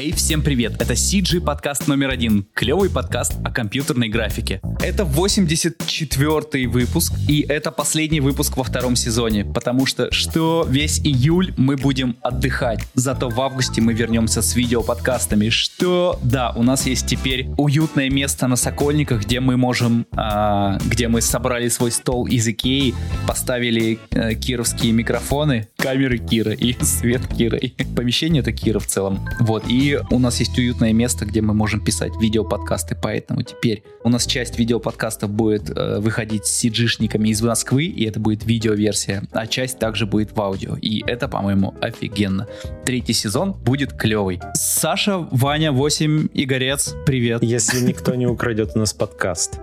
Эй, всем привет! Это CG подкаст номер 1. Клевый подкаст о компьютерной графике. Это 84-й выпуск, и это последний выпуск во втором сезоне, потому что весь июль мы будем отдыхать. Зато в августе мы вернемся с видеоподкастами. Да, у нас есть теперь уютное место на Сокольниках, где мы можем, где мы собрали свой стол из Икеи, поставили кировские микрофоны, камеры Кира и свет Кира, и помещение это Кира в целом. Вот, и у нас есть уютное место, где мы можем писать видеоподкасты, поэтому теперь у нас часть видеоподкастов будет выходить с CG-шниками из Москвы, и это будет видеоверсия, а часть также будет в аудио, и это, по-моему, офигенно. 3-й сезон будет клевый. Саша, Ваня, 8, Игорец, привет. Если никто не украдет у нас подкаст.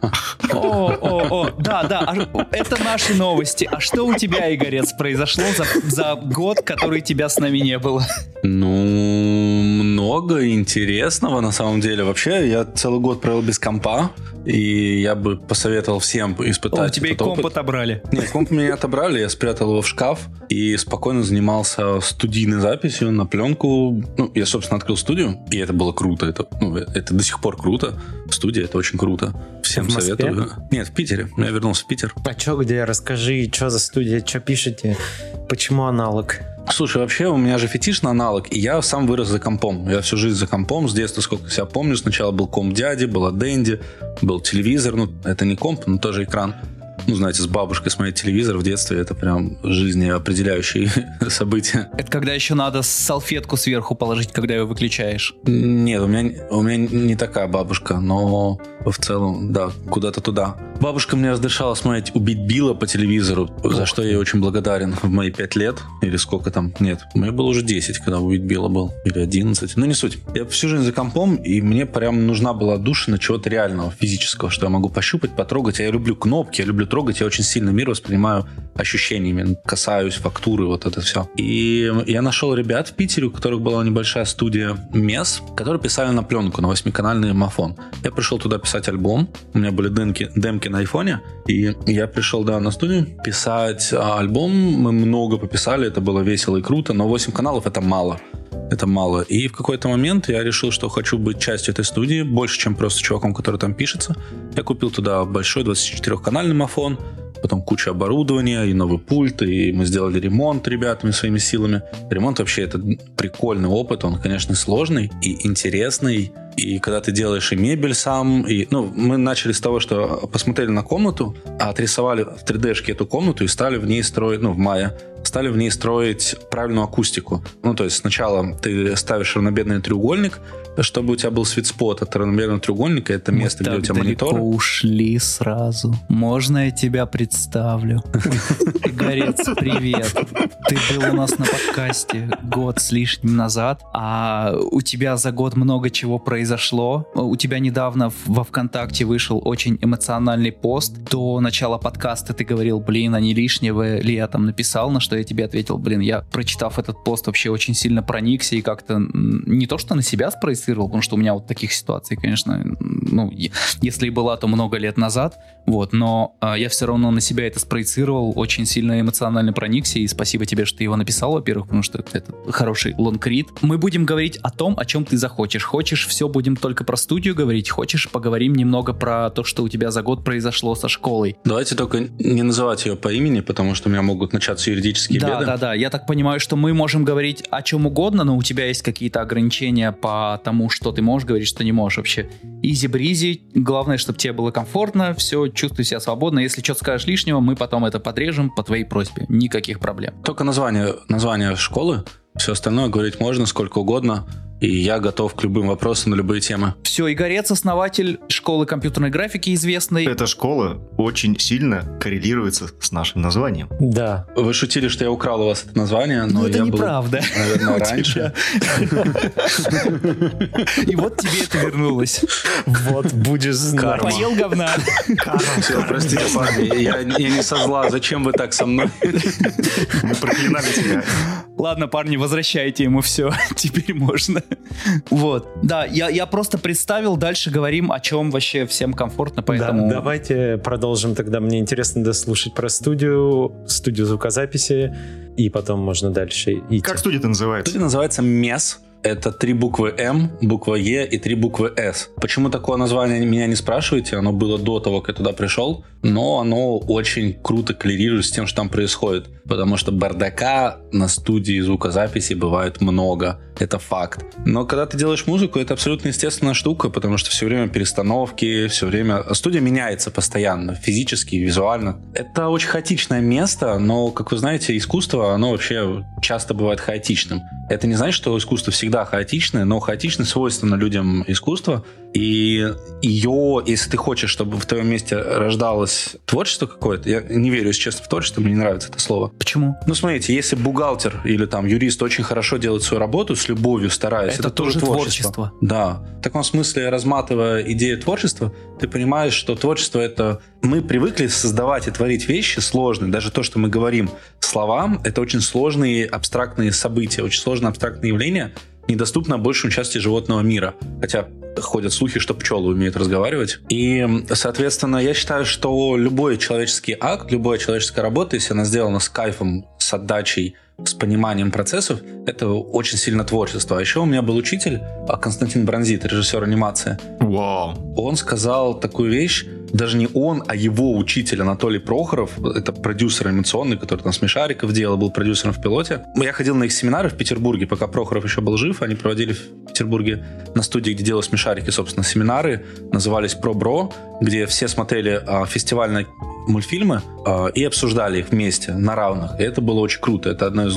Да, это наши новости. А что у тебя, Игорец, произошло за год, который тебя с нами не было? Много интересного на самом деле. Вообще, я целый год провел без компа, и я бы посоветовал всем испытать. У тебя и комп отобрали. Нет, комп меня отобрали, я спрятал его в шкаф и спокойно занимался студийной записью на пленку. Я, собственно, открыл студию, и это было круто. Это до сих пор круто. Студия, это очень круто. Всем в Москве? советую. Нет, в Питере. Я вернулся в Питер. А чё, где? Расскажи, что за студия, что пишете? Почему аналог? Слушай, вообще у меня же фетиш на аналог, и я сам вырос за компом. Я всю жизнь за компом, с детства, сколько себя помню. Сначала был комп дяди, была Дэнди, был телевизор. Это не комп, но тоже экран. Знаете, с бабушкой смотреть телевизор в детстве, это прям жизнеопределяющее событие. Это когда еще надо салфетку сверху положить, когда ее выключаешь? Нет, у меня не такая бабушка, но в целом, да, куда-то туда. Бабушка мне разрешала смотреть «Убить Билла» по телевизору, за что я ей очень благодарен в мои 5 лет, или сколько там, нет, мне было уже 10, когда «Убить Билла» был, или 11, не суть. Я всю жизнь за компом, и мне прям нужна была отдушина чего-то реального, физического, что я могу пощупать, потрогать. Я люблю кнопки, я люблю трогать, я очень сильно мир воспринимаю ощущениями, касаюсь фактуры, вот это все. И я нашел ребят в Питере, у которых была небольшая студия МЕС, которые писали на пленку, на 8-канальный мафон. Я пришел туда писать альбом, у меня были демки на айфоне, и я пришел, на студию писать альбом, мы много пописали, это было весело и круто, но 8 каналов это мало. Это мало. И в какой-то момент я решил, что хочу быть частью этой студии, больше, чем просто чуваком, который там пишется. Я купил туда большой 24-канальный мафон, потом куча оборудования и новый пульт, и мы сделали ремонт ребятами своими силами. Ремонт вообще это прикольный опыт, он, конечно, сложный и интересный. И когда ты делаешь и мебель сам, и, мы начали с того, что посмотрели на комнату, отрисовали в 3D-шке эту комнату и стали в ней строить, в мае, стали в ней строить правильную акустику. То есть сначала ты ставишь равнобедный треугольник, чтобы у тебя был sweet-spot от равнобедного треугольника, это место, где у тебя монитор. Мы ушли сразу. Можно я тебя представлю? Игорец, привет. Ты был у нас на подкасте год с лишним назад, а у тебя за год много чего произошло. У тебя недавно во ВКонтакте вышел очень эмоциональный пост. До начала подкаста ты говорил, а не лишнего ли я там написал, на что я тебе ответил, я, прочитав этот пост, вообще очень сильно проникся и как-то не то, что на себя спроецировал, потому что у меня вот таких ситуаций, конечно, если и была, то много лет назад, но я все равно на себя это спроецировал, очень сильно эмоционально проникся, и спасибо тебе, что ты его написал, во-первых, потому что это хороший лонгрид. Мы будем говорить о том, о чем ты захочешь. Хочешь, все будем только про студию говорить, хочешь, поговорим немного про то, что у тебя за год произошло со школой. Давайте только не называть ее по имени, потому что у меня могут начаться юридические беды. Да, я так понимаю, что мы можем говорить о чем угодно, но у тебя есть какие-то ограничения по тому, что ты можешь говорить, что не можешь вообще. Изи-бризи, главное, чтобы тебе было комфортно, все, чувствуй себя свободно. Если что-то скажешь лишнего, мы потом это подрежем по твоей просьбе. Никаких проблем. Только название школы, все остальное говорить можно сколько угодно. И я готов к любым вопросам на любые темы. Все, Игорец, основатель школы компьютерной графики известной. Эта школа очень сильно коррелируется с нашим названием. Да. Вы шутили, что я украл у вас это название, но это я неправда. был, наверное, раньше. И вот тебе это вернулось. Вот, будешь знать. Поел говна. Все, простите, парни, я не со зла. Зачем вы так со мной? Мы проклинали тебя. Ладно, парни, возвращайте ему все. Теперь можно. Да, я просто представил, дальше говорим, о чем вообще всем комфортно, поэтому... Да, давайте продолжим тогда. Мне интересно дослушать про студию звукозаписи, и потом можно дальше идти. Как студия-то называется? Студия называется МЕС. Это 3 буквы М, буква Е и 3 буквы С. Почему такое название, меня не спрашивайте, оно было до того, как я туда пришел, но оно очень круто коррелирует с тем, что там происходит, потому что бардака на студии звукозаписи бывает много, это факт. Но когда ты делаешь музыку, это абсолютно естественная штука, потому что все время перестановки, все время... Студия меняется постоянно, физически, визуально. Это очень хаотичное место, но, как вы знаете, искусство, оно вообще часто бывает хаотичным. Это не значит, что искусство всегда хаотичное, но хаотичность свойственна людям искусства, и ее, если ты хочешь, чтобы в твоем месте рождалось творчество какое-то, я не верю, если честно, в творчество, мне не нравится это слово. Почему? Ну, смотрите, если бухгалтер или там юрист очень хорошо делает свою работу, с любовью стараясь, это тоже творчество. Да. В таком смысле, разматывая идею творчества, ты понимаешь, что творчество — это... Мы привыкли создавать и творить вещи сложные, даже то, что мы говорим словам, это очень сложные абстрактные события, очень сложные абстрактные явления, недоступно большей части животного мира. Хотя ходят слухи, что пчелы умеют разговаривать. И, соответственно, я считаю, что любой человеческий акт, любая человеческая работа, если она сделана с кайфом, с отдачей, с пониманием процессов, это очень сильно творчество. А еще у меня был учитель Константин Бронзит, режиссер анимации. Вау. Он сказал такую вещь, даже не он, а его учитель Анатолий Прохоров, это продюсер анимационный, который там «Смешариков» делал, был продюсером в «Пилоте». Я ходил на их семинары в Петербурге, пока Прохоров еще был жив. Они проводили в Петербурге на студии, где делали «Смешарики», собственно, семинары. Назывались «Про-Бро», где все смотрели фестивальные мультфильмы и обсуждали их вместе на равных. И это было очень круто. Это одно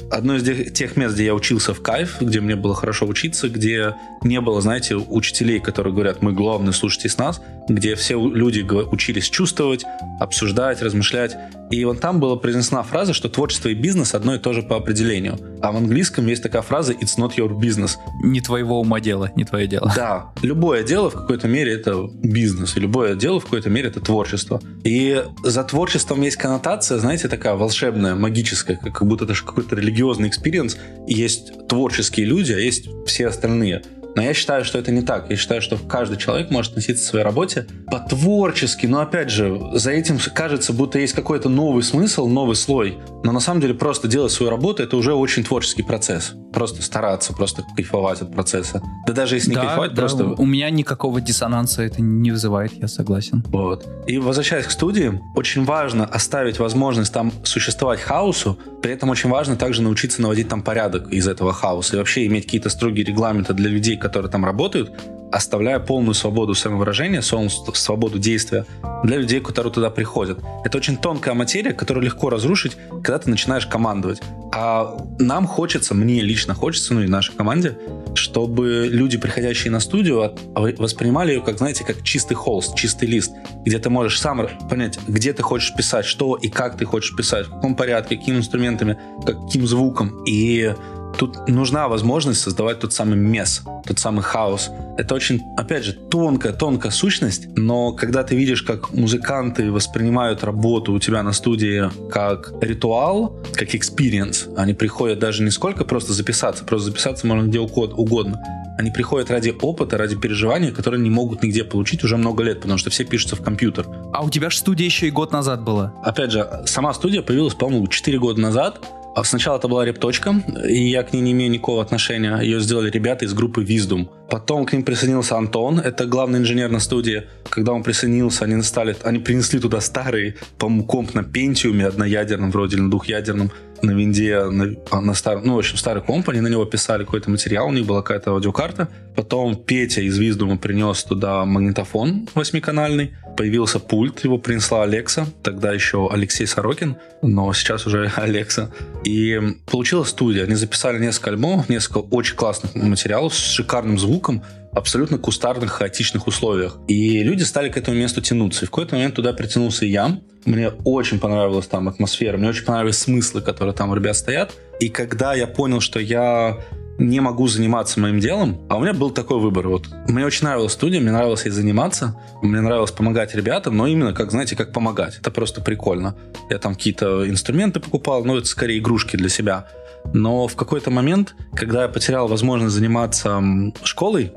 из тех мест, где я учился в кайф, где мне было хорошо учиться, где не было, знаете, учителей, которые говорят: мы главные, слушайтесь нас, где все люди учились чувствовать, обсуждать, размышлять. И вот там была произнесена фраза, что творчество и бизнес одно и то же по определению. А в английском есть такая фраза «it's not your business». Не твоего ума дело, не твое дело. Да. Любое дело в какой-то мере это бизнес, и любое дело в какой-то мере это творчество. И за творчеством есть коннотация, знаете, такая волшебная, магическая, как будто это какой-то религиозный экспириенс. И есть творческие люди, а есть все остальные. Но я считаю, что это не так. Я считаю, что каждый человек может относиться к своей работе по-творчески. Но опять же, за этим кажется, будто есть какой-то новый смысл, новый слой. Но на самом деле просто делать свою работу — это уже очень творческий процесс. Просто стараться, просто кайфовать от процесса. Да даже если не кайфовать, просто... У меня никакого диссонанса это не вызывает, я согласен. Вот. И возвращаясь к студии, очень важно оставить возможность там существовать хаосу, при этом очень важно также научиться наводить там порядок из этого хаоса и вообще иметь какие-то строгие регламенты для людей, которые там работают, оставляя полную свободу самовыражения, свободу действия для людей, которые туда приходят. Это очень тонкая материя, которую легко разрушить, когда ты начинаешь командовать. А нам хочется, мне лично хочется, ну и нашей команде, чтобы люди, приходящие на студию, воспринимали ее как, знаете, как чистый холст, чистый лист, где ты можешь сам понять, где ты хочешь писать, что и как ты хочешь писать, в каком порядке, какими инструментами, каким звуком. И тут нужна возможность создавать тот самый месс, тот самый хаос. Это очень, опять же, тонкая сущность, но когда ты видишь, как музыканты воспринимают работу у тебя на студии как ритуал, как экспириенс, они приходят даже не сколько просто записаться можно где угодно. Они приходят ради опыта, ради переживания, которые не могут нигде получить уже много лет, потому что все пишутся в компьютер. А у тебя же студия еще и год назад была. Опять же, сама студия появилась, по-моему, 4 года назад. Сначала это была Репточка, и я к ней не имею никакого отношения. Ее сделали ребята из группы Wisdom. Потом к ним присоединился Антон, это главный инженер на студии. Когда он присоединился, они принесли туда старый, по-моему, комп на Пентиуме, одноядерном вроде, или на двухъядерном, на винде, на старом, ну, в общем, старый комп, они на него писали какой-то материал, у них была какая-то аудиокарта. Потом Петя из Wisdom принес туда магнитофон 8-канальный, появился пульт, его принесла Алекса, тогда еще Алексей Сорокин, но сейчас уже Алекса. И получилась студия, они записали несколько альбомов, несколько очень классных материалов с шикарным звуком, абсолютно кустарных, хаотичных условиях. И люди стали к этому месту тянуться. И в какой-то момент туда притянулся и я. Мне очень понравилась там атмосфера, мне очень понравились смыслы, которые там у ребят стоят. И когда я понял, что я не могу заниматься моим делом, а у меня был такой выбор. Вот. Мне очень нравилась студия, мне нравилось ей заниматься, мне нравилось помогать ребятам, но именно, как, знаете, как помогать. Это просто прикольно. Я там какие-то инструменты покупал, но это скорее игрушки для себя. Но в какой-то момент, когда я потерял возможность заниматься школой,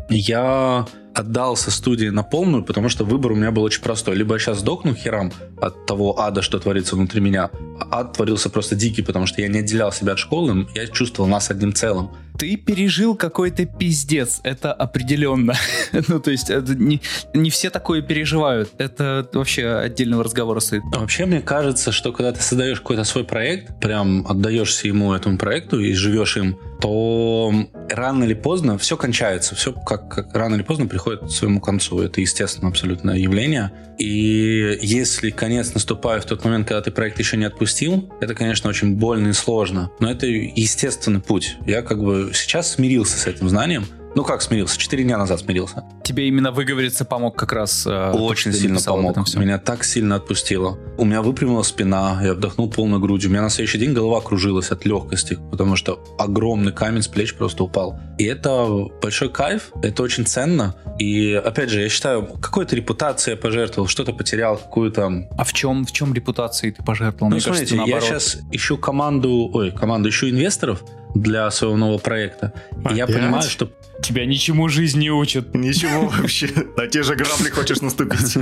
я отдался студии на полную, потому что выбор у меня был очень простой. Либо я сейчас сдохну херам от того ада, что творится внутри меня. А ад творился просто дикий, потому что я не отделял себя от школы, я чувствовал нас одним целым. Ты пережил какой-то пиздец, это определенно. Ну, то есть, это не все такое переживают. Это вообще отдельного разговора стоит. Вообще, мне кажется, что когда ты создаешь какой-то свой проект, прям отдаешься ему, этому проекту, и живешь им, то рано или поздно все кончается. Все как рано или поздно приходит к своему концу. Это естественное абсолютное явление. И если конец наступает в тот момент, когда ты проект еще не отпустил, это, конечно, очень больно и сложно. Но это естественный путь. Я как бы сейчас смирился с этим знанием. Ну как смирился? 4 дня назад смирился. Тебе именно выговориться помог как раз? Очень сильно помог. Меня так сильно отпустило. У меня выпрямилась спина, я вдохнул полной грудью. У меня на следующий день голова кружилась от легкости, потому что огромный камень с плеч просто упал. И это большой кайф, это очень ценно. И опять же, я считаю, какой-то репутацией я пожертвовал, что-то потерял, какую-то... А в чем репутации ты пожертвовал? Ну, мне смотрите, кажется, я сейчас ищу ищу инвесторов для своего нового проекта. И я понимаю, что... Тебя ничему жизнь не учат. Ничего вообще. На те же грабли хочешь наступить.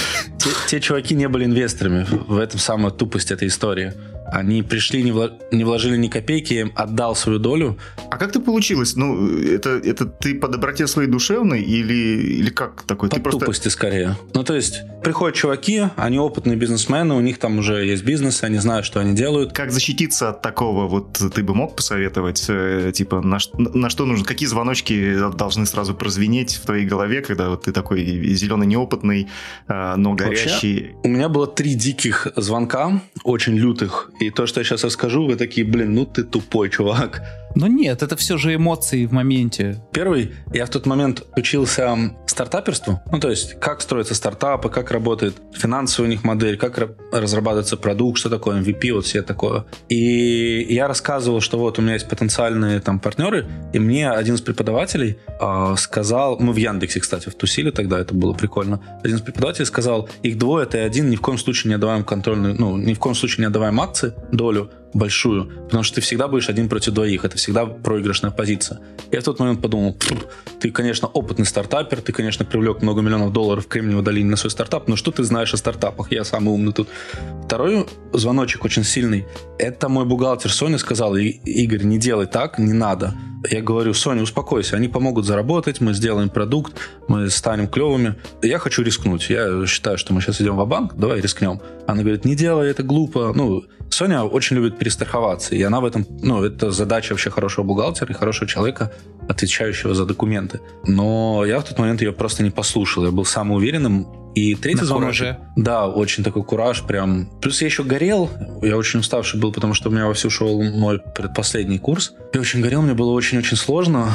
Те чуваки не были инвесторами. В этом самая тупость этой истории. Они пришли, не вложили ни копейки, я им отдал свою долю. А как это получилось? Ну, это ты по доброте своей душевной или как такой? По тупости скорее. Ну, то есть, приходят чуваки, они опытные бизнесмены, у них там уже есть бизнес, они знают, что они делают. Как защититься от такого? Вот ты бы мог посоветовать, типа, на что нужно? Какие звоночки должны сразу прозвенеть в твоей голове, когда вот ты такой зеленый, неопытный, но горящий? Вообще, у меня было 3 диких звонка, очень лютых. И то, что я сейчас расскажу, вы такие, ну ты тупой, чувак. Но нет, это все же эмоции в моменте. Первый, я в тот момент учился стартаперству. Ну, то есть, как строятся стартапы, как работает финансовая у них модель, как разрабатывается продукт, что такое MVP, вот все такое. И я рассказывал, что вот у меня есть потенциальные там партнеры, и мне один из преподавателей сказал, мы в Яндексе, кстати, втусили тогда, это было прикольно. Один из преподавателей сказал, их 2, ты 1, ни в коем случае не отдаваем контрольную, ни в коем случае не отдаваем акции, долю большую, потому что ты всегда будешь 1 против 2, это всегда проигрышная позиция. Я в тот момент подумал, ты, конечно, опытный стартапер, ты, конечно, привлек много миллионов долларов в Кремниевой долине на свой стартап, но что ты знаешь о стартапах? Я самый умный тут. Второй звоночек очень сильный. Это мой бухгалтер Соня сказала, Игорь, не делай так, не надо. Я говорю, Соня, успокойся, они помогут заработать, мы сделаем продукт, мы станем клевыми. Я хочу рискнуть. Я считаю, что мы сейчас идем ва-банк, давай рискнем. Она говорит, не делай, это глупо. Соня очень любит перестраховаться, и она в этом, это задача вообще хорошего бухгалтера и хорошего человека, отвечающего за документы. Но я в тот момент ее просто не послушал, я был самоуверенным. И третий звоночек. Да, очень такой кураж прям. Плюс я еще горел, я очень уставший был, потому что у меня вовсю шел мой предпоследний курс. Я очень горел, мне было очень-очень сложно.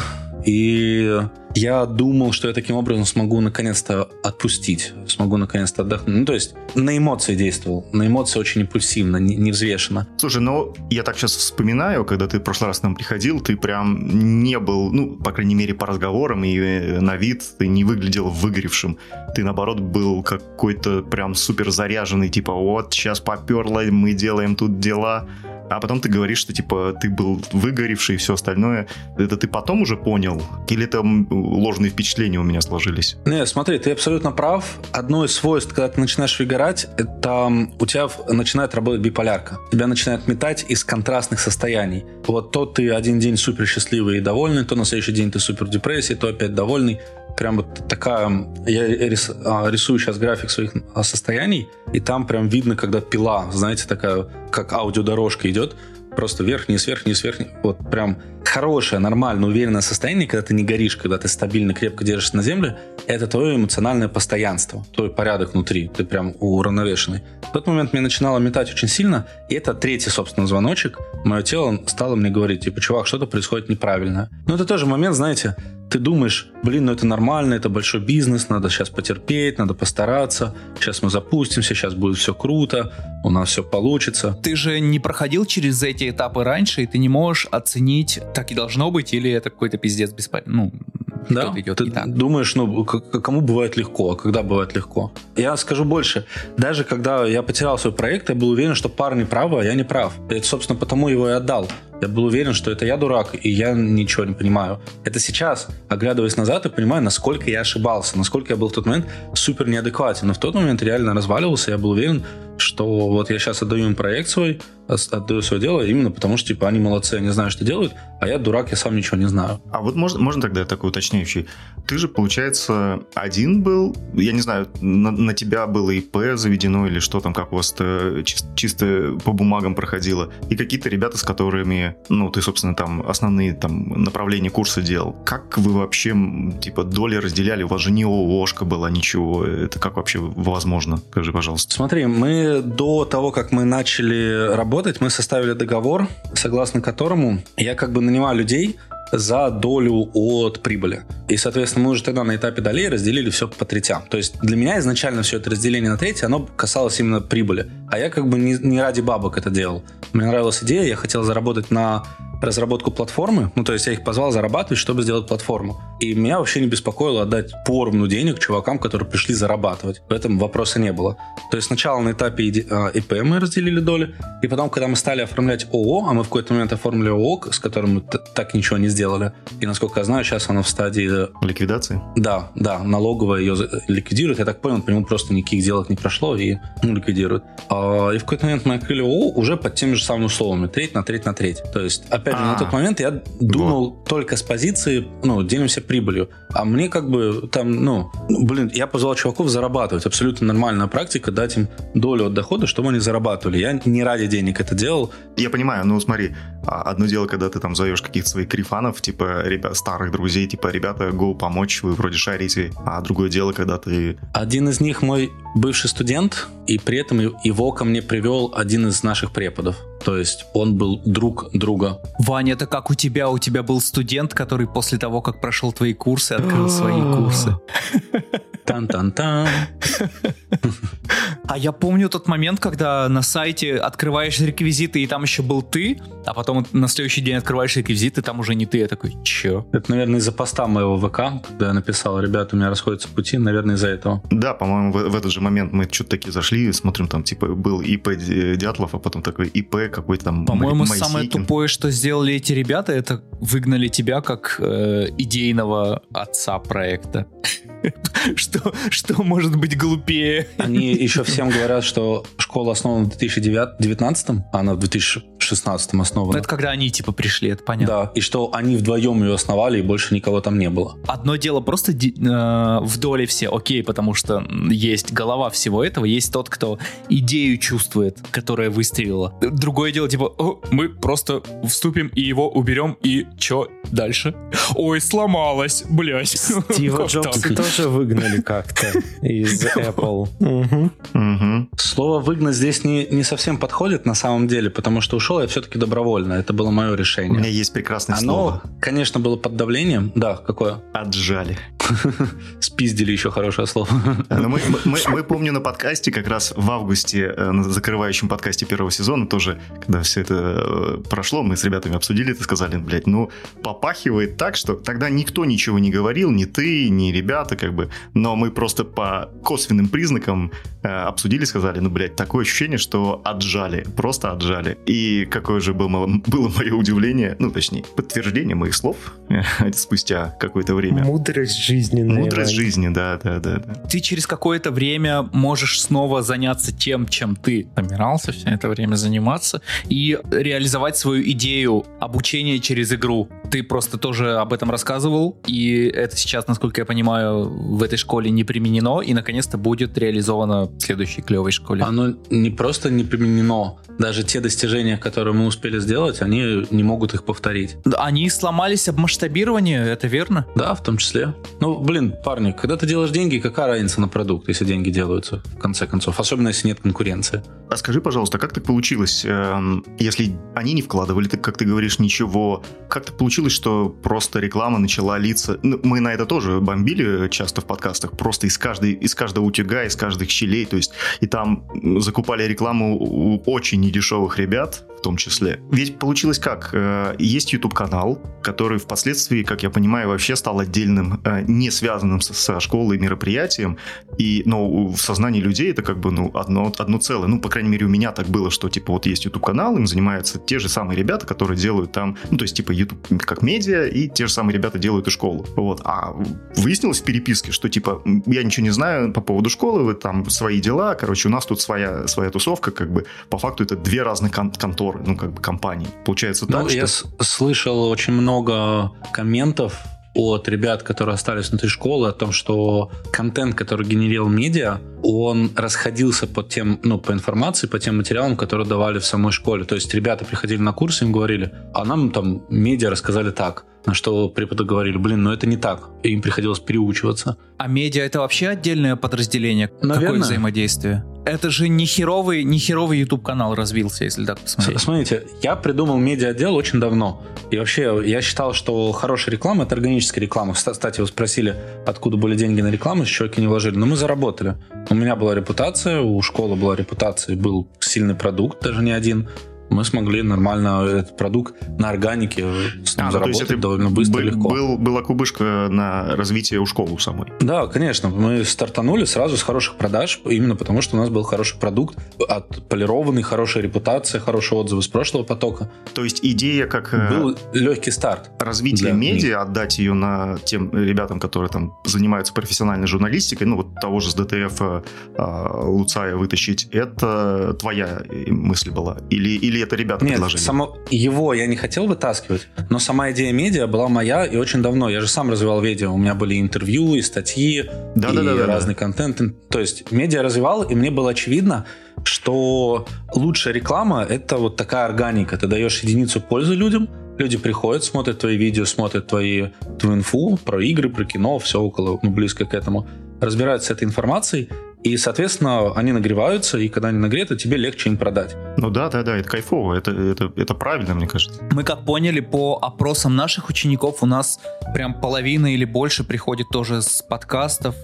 И я думал, что я таким образом смогу наконец-то отпустить, смогу наконец-то отдохнуть. То есть на эмоции действовал, на эмоции очень импульсивно, невзвешенно. Слушай, я так сейчас вспоминаю, когда ты в прошлый раз к нам приходил, ты прям не был, по крайней мере, по разговорам и на вид ты не выглядел выгоревшим. Ты, наоборот, был какой-то прям супер заряженный, типа, вот, сейчас поперло, мы делаем тут дела. А потом ты говоришь, что, типа, ты был выгоревший и все остальное. Это ты потом уже понял? Или там ложные впечатления у меня сложились? Не, смотри, ты абсолютно прав. Одно из свойств, когда ты начинаешь выгорать, это у тебя начинает работать биполярка. Тебя начинает метать из контрастных состояний. Вот то ты один день супер счастливый и довольный, то на следующий день ты супер в депрессии, то опять довольный. Прям вот такая... Я рисую сейчас график своих состояний, и там прям видно, когда пила, знаете, такая, как аудиодорожка идет, просто вверх-вниз, вверх-вниз, вверх-вниз. Вот прям хорошее, нормальное, уверенное состояние, когда ты не горишь, когда ты стабильно, крепко держишься на земле, это твое эмоциональное постоянство, твой порядок внутри, ты прям уравновешенный. В тот момент меня начинало метать очень сильно, и это третий, собственно, звоночек. Мое тело стало мне говорить, типа, чувак, что-то происходит неправильно. Но это тоже момент, знаете, ты думаешь, это нормально, это большой бизнес, надо сейчас потерпеть, надо постараться, сейчас мы запустимся, сейчас будет все круто, у нас все получится. Ты же не проходил через эти этапы раньше, и ты не можешь оценить, так и должно быть, или это какой-то пиздец бесполезный. Да, ты думаешь, кому бывает легко, а когда бывает легко. Я скажу больше, даже когда я потерял свой проект, я был уверен, что парни правы, а я не прав. Это, собственно, потому его и отдал. Я был уверен, что это я дурак, и я ничего не понимаю. Это сейчас, оглядываясь назад, я понимаю, насколько я ошибался, насколько я был в тот момент супер неадекватен. Но в тот момент реально разваливался, я был уверен, что вот я сейчас отдаю им проект свой, отдаю свое дело именно потому, что, типа, они молодцы, они знают, что делают, а я дурак, я сам ничего не знаю. А вот можно тогда такой уточняющий? Ты же, получается, один был, я не знаю, на тебя было ИП заведено или что там, как у вас это чисто по бумагам проходило, и какие-то ребята, с которыми, ну, ты, собственно, там основные там направления курса делал. Как вы вообще, типа, доли разделяли? У вас же не ООшка была, ничего. Это как вообще возможно? Скажи, пожалуйста. Смотри, мы до того, как мы начали работать, мы составили договор, согласно которому я как бы нанимаю людей за долю от прибыли. И, соответственно, мы уже тогда на этапе долей разделили все по третям. То есть для меня изначально все это разделение на трети, оно касалось именно прибыли. А я как бы не ради бабок это делал. Мне нравилась идея, я хотел заработать на разработку платформы, ну, то есть я их позвал зарабатывать, чтобы сделать платформу. И меня вообще не беспокоило отдать поровну денег чувакам, которые пришли зарабатывать. В этом вопроса не было. То есть сначала на этапе ИП мы разделили доли, и потом, когда мы стали оформлять ООО, а мы в какой-то момент оформили ООО, с которым мы так ничего не сделали, и, насколько я знаю, сейчас оно в стадии... Ликвидации? Да, налоговая ее ликвидирует. Я так понял, по нему просто никаких делок не прошло, и ликвидирует. И в какой-то момент мы открыли ООО уже под теми же самыми условиями. Треть на треть на треть. То есть, опять же, на тот момент я думал только с позиции, делимся прибылью. А мне как бы там, я позвал чуваков зарабатывать. Абсолютно нормальная практика, дать им долю от дохода, чтобы они зарабатывали. Я не ради денег это делал. Я понимаю, смотри, одно дело, когда ты там зовешь каких-то своих крифанов, типа, ребят, старых друзей, типа, ребята, go помочь, вы вроде шарите. А другое дело, когда ты... Один из них мой бывший студент, и при этом его ко мне привел один из наших преподов. То есть он был друг друга. Ваня, это как у тебя? У тебя был студент, который после того, как прошел твои курсы, открыл свои курсы. Тан-тан-тан. А я помню тот момент, когда на сайте открываешь реквизиты, и там еще был ты, а потом на следующий день открываешь реквизиты, там уже не ты. Я такой, чё? Это, наверное, из-за поста моего ВК, когда я написал, ребята, у меня расходятся пути, наверное, из-за этого. Да, по-моему, в этот же момент мы что-то такие зашли, смотрим, там, типа, был ИП Дятлов, а потом такой ИП какой-то там. По-моему, самое тупое, что сделали эти ребята, это выгнали тебя как идейного отца проекта. Что может быть глупее? Они еще всем говорят, что школа основана в 2019, а она в 2016 основана. Это когда они типа пришли, это понятно. Да, и что они вдвоем ее основали, и больше никого там не было. Одно дело просто в доле все окей, потому что есть голова всего этого, есть тот, кто идею чувствует, которая выстрелила. Другое дело, типа, мы просто вступим и его уберем, и чё дальше? Ой, сломалось, блядь. Стива Джобса тоже выгнали как-то из Apple. Слово «выгнать» здесь не совсем подходит на самом деле, потому что ушел я все-таки добровольно. Это было мое решение. У меня есть прекрасное слово. Оно, конечно, было под давлением. Да, какое? Отжали. Спиздили еще хорошее слово. Мы, помню, на подкасте, как раз в августе, на закрывающем подкасте первого сезона, тоже, когда все это прошло, мы с ребятами обсудили это, сказали, блядь, попахивает так, что тогда никто ничего не говорил, ни ты, ни ребята, как бы, но мы просто по косвенным признакам обсудили, сказали, блядь, такое ощущение, что отжали, просто отжали. И какое же было мое удивление, точнее, подтверждение моих слов спустя какое-то время. Мудрость жизненная. Мудрость жизни, да. Ты через какое-то время можешь снова заняться тем, чем ты собирался все это время заниматься, и реализовать свою идею обучения через игру. Ты просто тоже об этом рассказывал, и это сейчас, насколько я понимаю, в этой школе не применено, и наконец-то будет реализовано в следующей клевой школе. Оно не просто не применено. Даже те достижения, которые мы успели сделать, они не могут их повторить. Они сломались об масштабировании, это верно? Да, в том числе. Парни, когда ты делаешь деньги, какая разница на продукт, если деньги делаются, в конце концов? Особенно, если нет конкуренции. А скажи, пожалуйста, как так получилось, если они не вкладывали, как ты говоришь, ничего, как так получилось, что просто реклама начала литься? Мы на это тоже бомбили часто в подкастах, просто из каждого утюга, из каждых щелей, то есть, и там закупали рекламу у очень недешевых ребят, том числе. Ведь получилось как? Есть YouTube-канал, который впоследствии, как я понимаю, вообще стал отдельным, не связанным со школой мероприятием, но в сознании людей это как бы одно целое. Ну, по крайней мере, у меня так было, что типа вот есть YouTube-канал, им занимаются те же самые ребята, которые делают там, ну, то есть типа YouTube как медиа, и те же самые ребята делают и школу. Вот. А выяснилось в переписке, что типа я ничего не знаю по поводу школы, вы там свои дела, короче, у нас тут своя тусовка, как бы по факту это две разных конторы, ну, как бы компании. Получается так, что... Я слышал очень много комментов от ребят, которые остались внутри школы, о том, что контент, который генерировал медиа, он расходился по информации, по тем материалам, которые давали в самой школе. То есть ребята приходили на курсы, им говорили, а нам там медиа рассказали так. На что преподы говорили, это не так. И им приходилось переучиваться. А медиа — это вообще отдельное подразделение? Наверное. Какое взаимодействие? Это же не херовый YouTube-канал развился, если так посмотреть. Смотрите, я придумал медиа-отдел очень давно. И вообще, я считал, что хорошая реклама — это органическая реклама. Кстати, вы спросили, откуда были деньги на рекламу, чуваки не вложили. Но мы заработали. У меня была репутация, у школы была репутация, был сильный продукт, даже не один. Мы смогли нормально этот продукт на органике заработать довольно быстро и легко. Была кубышка на развитие у школы самой. Да, конечно. Мы стартанули сразу с хороших продаж, именно потому, что у нас был хороший продукт, отполированный, хорошая репутация, хорошие отзывы с прошлого потока. То есть идея как... Был легкий старт. Развитие медиа, отдать ее на тем ребятам, которые там занимаются профессиональной журналистикой, ну вот того же с ДТФ Луцая вытащить, это твоя мысль была? Или это ребята предложили? Нет, его я не хотел вытаскивать, но сама идея медиа была моя и очень давно. Я же сам развивал медиа. У меня были интервью, и статьи, разный контент. То есть медиа развивал, и мне было очевидно, что лучшая реклама — это вот такая органика. Ты даешь единицу пользы людям, люди приходят, смотрят твои видео, смотрят твою инфу про игры, про кино, все около, близко к этому, разбираются с этой информацией, и, соответственно, они нагреваются, и когда они нагреты, тебе легче им продать. Ну да, это кайфово, это правильно, мне кажется. Мы как поняли по опросам наших учеников, у нас прям половина или больше приходит тоже с подкастов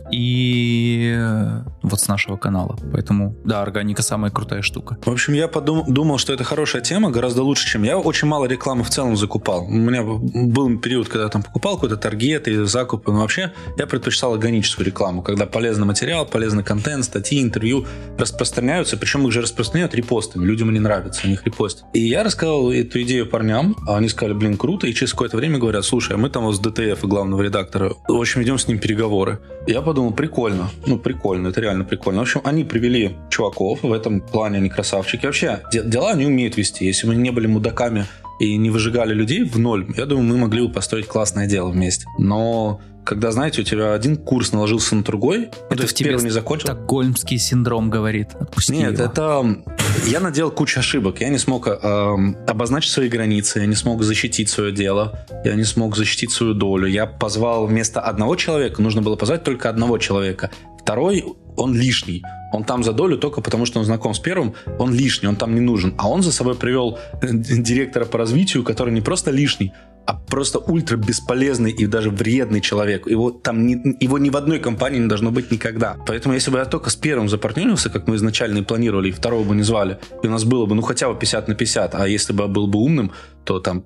и вот с нашего канала. Поэтому, да, органика самая крутая штука. В общем, я думал, что это хорошая тема, гораздо лучше, чем я. Очень мало рекламы в целом закупал. У меня был период, когда я там покупал какой-то таргет и закупы, но вообще я предпочитал органическую рекламу, когда полезный материал, полезный контент, статьи, интервью распространяются, причем их же распространяют репостами, людям они нравятся, они их репостят. И я рассказал эту идею парням, а они сказали, круто, и через какое-то время говорят, слушай, а мы там с ДТФ и главного редактора, в общем, ведем с ним переговоры. Я подумал, прикольно, это реально прикольно. В общем, они привели чуваков, в этом плане они красавчики. Вообще, дела они умеют вести. Если мы не были мудаками и не выжигали людей в ноль, я думаю, мы могли бы построить классное дело вместе. Но когда, знаете, у тебя один курс наложился на другой, это в тебе первый не закончил. Стокгольмский синдром говорит. Отпусти Нет, его. это... Я наделал кучу ошибок. Я не смог обозначить свои границы, я не смог защитить свое дело, я не смог защитить свою долю. Я позвал вместо одного человека, нужно было позвать только одного человека. Второй, он лишний. Он там за долю только потому, что он знаком с первым, он лишний, он там не нужен. А он за собой привел директора по развитию, который не просто лишний, а просто ультра бесполезный и даже вредный человек. Его ни в одной компании не должно быть никогда. Поэтому если бы я только с первым запартнерился, как мы изначально и планировали, и второго бы не звали, и у нас было бы хотя бы 50/50, а если бы я был бы умным, то там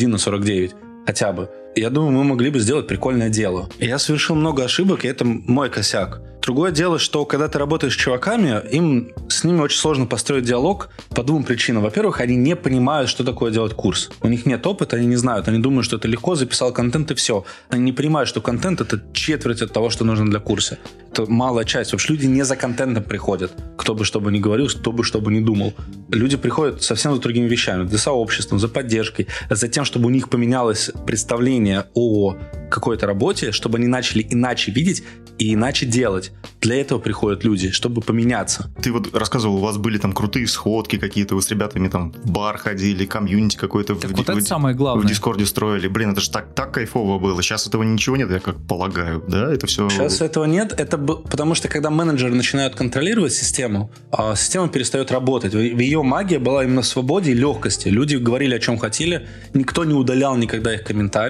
51/49 хотя бы. Я думаю, мы могли бы сделать прикольное дело. Я совершил много ошибок, и это мой косяк. Другое дело, что когда ты работаешь с чуваками, с ними очень сложно построить диалог по двум причинам. Во-первых, они не понимают, что такое делать курс. У них нет опыта, они не знают. Они думают, что это легко, записал контент и все. Они не понимают, что контент — это четверть от того, что нужно для курса. Это малая часть. Вообще люди не за контентом приходят. Кто бы что бы ни говорил, кто бы что бы ни думал. Люди приходят совсем за другими вещами. За сообществом, за поддержкой, за тем, чтобы у них поменялось представление о какой-то работе, чтобы они начали иначе видеть и иначе делать. Для этого приходят люди, чтобы поменяться. Ты вот рассказывал, у вас были там крутые сходки какие-то, вы с ребятами там в бар ходили, комьюнити какой-то это самое главное. В Дискорде строили. Блин, это же так кайфово было. Сейчас этого ничего нет, я как полагаю, да? Это все... Сейчас этого нет, потому что когда менеджеры начинают контролировать систему, система перестает работать. Ее магия была именно в свободе и легкости. Люди говорили, о чем хотели, никто не удалял никогда их комментарии.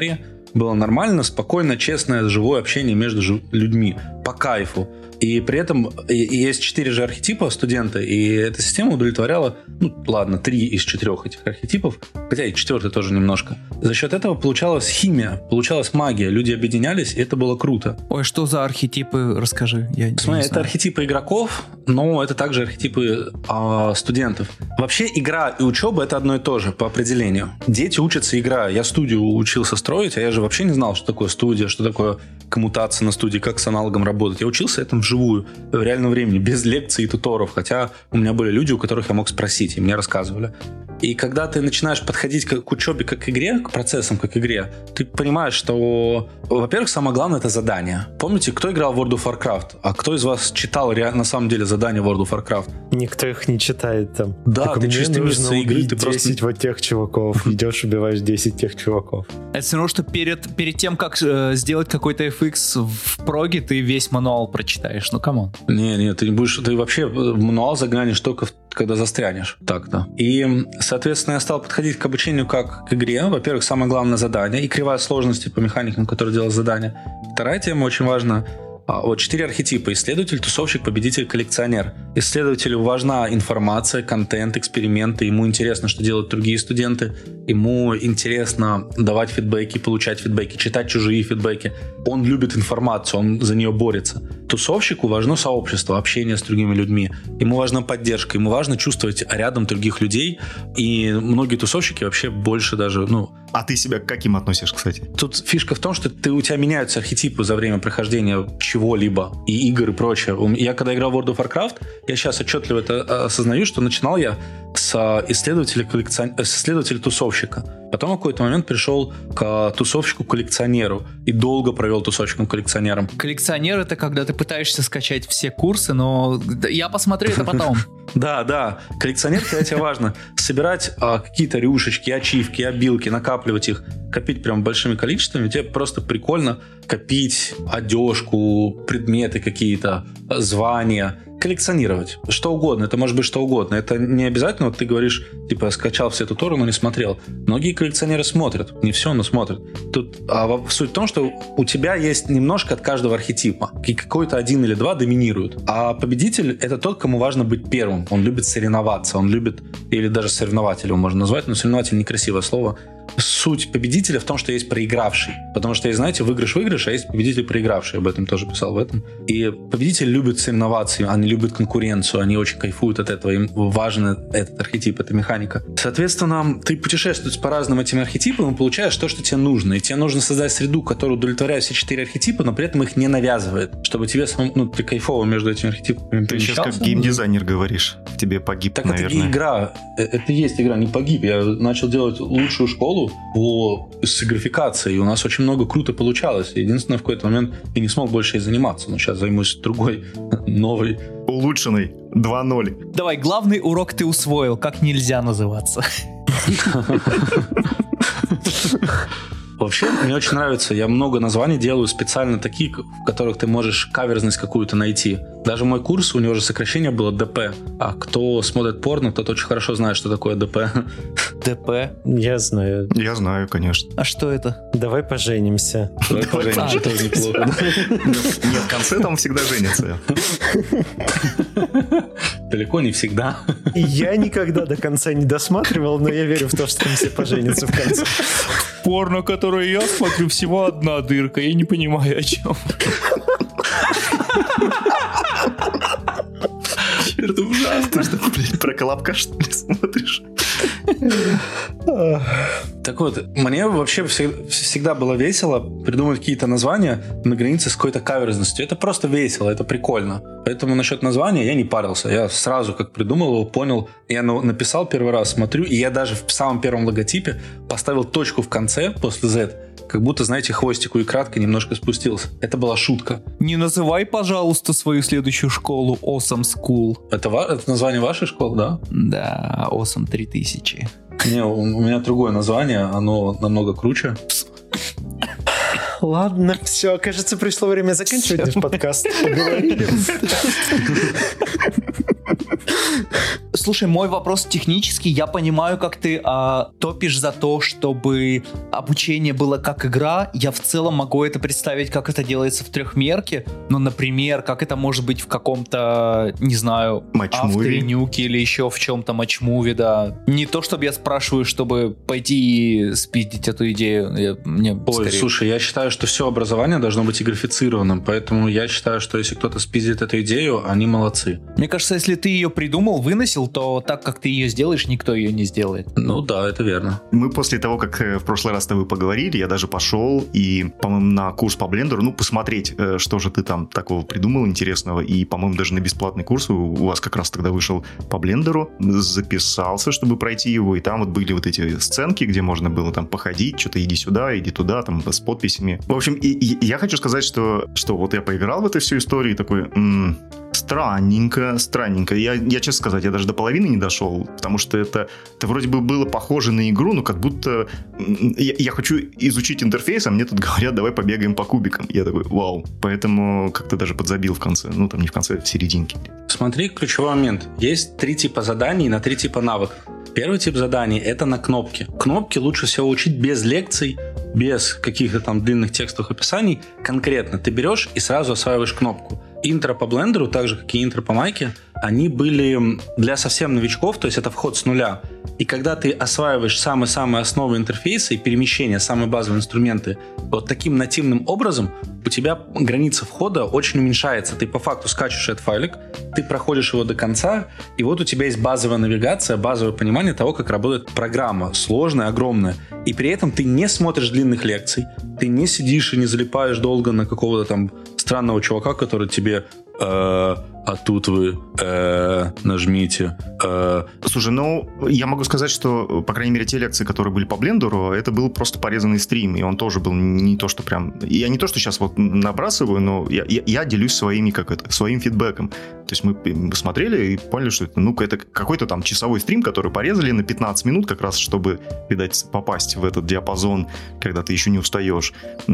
было нормально, спокойно, честное, живое общение между людьми по кайфу. И при этом есть 4 же архетипа студента, и эта система удовлетворяла, 3 из 4 этих архетипов, хотя и 4 тоже немножко. За счет этого получалась химия, получалась магия, люди объединялись, и это было круто. Ой, что за архетипы, расскажи. Смотри, это архетипы игроков, но это также архетипы студентов. Вообще игра и учеба — это одно и то же по определению. Дети учатся играя. Я студию учился строить, а я же вообще не знал, что такое студия, что такое коммутация на студии, как с аналогом работать. Я учился этому вживую, в реальном времени, без лекций и туторов, хотя у меня были люди, у которых я мог спросить, и мне рассказывали. И когда ты начинаешь подходить к учебе как к игре, к процессам как к игре, ты понимаешь, что, во-первых, самое главное — это задание. Помните, кто играл в World of Warcraft? А кто из вас читал на самом деле задания World of Warcraft? Никто их не читает там. Да, так ты через 3 месяца игры, ты 10 просто... вот тех чуваков, идешь, убиваешь 10 тех чуваков. Это все равно, что перед тем, как сделать какой-то FX в проге, ты весь мануал прочитаешь. Ну, камон. Не, ты не будешь... Ты вообще в мануал заглянешь только когда застрянешь. Так-то. И, соответственно, я стал подходить к обучению как к игре. Во-первых, самое главное — задание и кривая сложности по механикам, которые делают задание. Вторая тема очень важна. 4 архетипа. Исследователь, тусовщик, победитель, коллекционер. Исследователю важна информация, контент, эксперименты. Ему интересно, что делают другие студенты. Ему интересно давать фидбэки, получать фидбэки, читать чужие фидбэки. Он любит информацию, он за нее борется. Тусовщику важно сообщество, общение с другими людьми. Ему важна поддержка, ему важно чувствовать рядом других людей. И многие тусовщики вообще больше даже... А ты себя к каким относишь, кстати? Тут фишка в том, что у тебя меняются архетипы за время прохождения чего-либо, и игр, и прочее. Я когда играл в World of Warcraft, я сейчас отчетливо это осознаю, что начинал я с исследователя-тусовщика. Потом в какой-то момент пришел к тусовщику-коллекционеру и долго провел тусовщиком-коллекционером. Коллекционер — это когда ты пытаешься скачать все курсы, но я посмотрю это потом. Да. Коллекционер, когда тебе важно собирать какие-то рюшечки, ачивки, обилки, накапливать их, копить прям большими количествами. Тебе просто прикольно копить одежку, предметы какие-то, звания, коллекционировать. Что угодно. Это может быть что угодно. Это не обязательно, ты говоришь, скачал все туторы, но не смотрел. Многие коллекционеры смотрят. Не все, но смотрят. Тут суть в том, что у тебя есть немножко от каждого архетипа. И какой-то 1 или 2 доминируют. А победитель — это тот, кому важно быть первым. Он любит соревноваться. Он любит, или даже соревнователь его можно назвать, но соревнователь — некрасивое слово. Суть победителя в том, что есть проигравший. Потому что есть, знаете, выигрыш, а есть победитель проигравший. Об этом тоже писал в этом. И победители любят соревноваться, они любят конкуренцию, они очень кайфуют от этого, им важен этот архетип, эта механика. Соответственно, ты путешествуешь по разным этим архетипам и получаешь то, что тебе нужно. И тебе нужно создать среду, которая удовлетворяет все 4 архетипа, но при этом их не навязывает. Чтобы тебе ты кайфово между этими архетипами Ты сейчас как геймдизайнер говоришь. В тебе погиб, так наверное. Это игра. Это есть игра, не погиб. Я начал делать лучшую школу с графикацией, и у нас очень много круто получалось. Единственное, в какой-то момент я не смог больше ей заниматься, но сейчас займусь другой, новой. Улучшенный 2.0. Давай, главный урок ты усвоил, как нельзя называться. Вообще, мне очень нравится. Я много названий делаю специально такие, в которых ты можешь каверзность какую-то найти. Даже мой курс, у него же сокращение было ДП. А кто смотрит порно, тот очень хорошо знает, что такое ДП. ДП? Я знаю. Я знаю, конечно. А что это? Давай поженимся. Давай поженимся, тоже неплохо. Нет, в конце там всегда женятся. Далеко не всегда. Я никогда до конца не досматривал, но я верю в то, что там все поженятся в конце. Порно, которое я смотрю, всего одна дырка. Я не понимаю, о чем. Это ужасно. Ты что, блядь, про Колобка, что ли, смотришь? Так вот, мне вообще всегда было весело придумать какие-то названия на границе с какой-то каверзностью. Это просто весело, это прикольно. Поэтому насчет названия я не парился. Я сразу как придумал его, понял. Я написал первый раз, смотрю, и я даже в самом первом логотипе поставил точку в конце после Z, как будто, знаете, хвостик у икратки немножко спустился. Это была шутка. Не называй, пожалуйста, свою следующую школу Awesome School. Это название вашей школы, да? Да, Awesome 3000. Не, у меня другое название, оно намного круче. Ладно, все, кажется, пришло время заканчивать наш подкаст. Поговорили. Слушай, мой вопрос технический. Я понимаю, как ты топишь за то, чтобы обучение было как игра. Я в целом могу это представить, как это делается в трехмерке. Но, например, как это может быть в каком-то, не знаю, авторе, нюке или еще в чем-то матчмуве, да. Не то, чтобы я спрашиваю, чтобы пойти и спиздить эту идею. Слушай, я считаю, что все образование должно быть игрифицированным. Поэтому я считаю, что если кто-то спиздит эту идею, они молодцы. Мне кажется, если ты ее придумал, выносил, то так, как ты ее сделаешь, никто ее не сделает. Ну да, это верно. Мы после того, как в прошлый раз с тобой поговорили, я даже пошел и, по-моему, на курс по блендеру, посмотреть, что же ты там такого придумал интересного. И, по-моему, даже на бесплатный курс у вас как раз тогда вышел по блендеру, записался, чтобы пройти его, и там вот были вот эти сценки, где можно было там походить, что-то иди сюда, иди туда, там с подписями. В общем, и я хочу сказать, что вот я поиграл в эту всю историю и такой... Странненько. Я, честно сказать, я даже до половины не дошел, потому что это вроде бы было похоже на игру, но как будто я хочу изучить интерфейс, а мне тут говорят, давай побегаем по кубикам. Я такой, вау. Поэтому как-то даже подзабил в конце. Там не в конце, а в серединке. Смотри, ключевой момент. Есть 3 типа заданий на 3 типа навыков. Первый тип заданий — это на кнопки. Кнопки лучше всего учить без лекций, без каких-то там длинных текстовых описаний. Конкретно ты берешь и сразу осваиваешь кнопку. Интро по блендеру, так же, как и интро по майке, они были для совсем новичков, то есть это вход с нуля. И когда ты осваиваешь самые-самые основы интерфейса и перемещения, самые базовые инструменты, вот таким нативным образом у тебя граница входа очень уменьшается. Ты по факту скачешь этот файлик, ты проходишь его до конца, и вот у тебя есть базовая навигация, базовое понимание того, как работает программа, сложная, огромная. И при этом ты не смотришь длинных лекций, ты не сидишь и не залипаешь долго на какого-то там странного чувака, который тебе а тут вы нажмите. Слушай, я могу сказать, что, по крайней мере, те лекции, которые были по блендеру, это был просто порезанный стрим, и он тоже был не то, что прям... Я не то, что сейчас вот набрасываю, но я делюсь своим фидбэком. То есть мы смотрели и поняли, что это какой-то там часовой стрим, который порезали на 15 минут как раз, чтобы, видать, попасть в этот диапазон, когда ты еще не устаешь.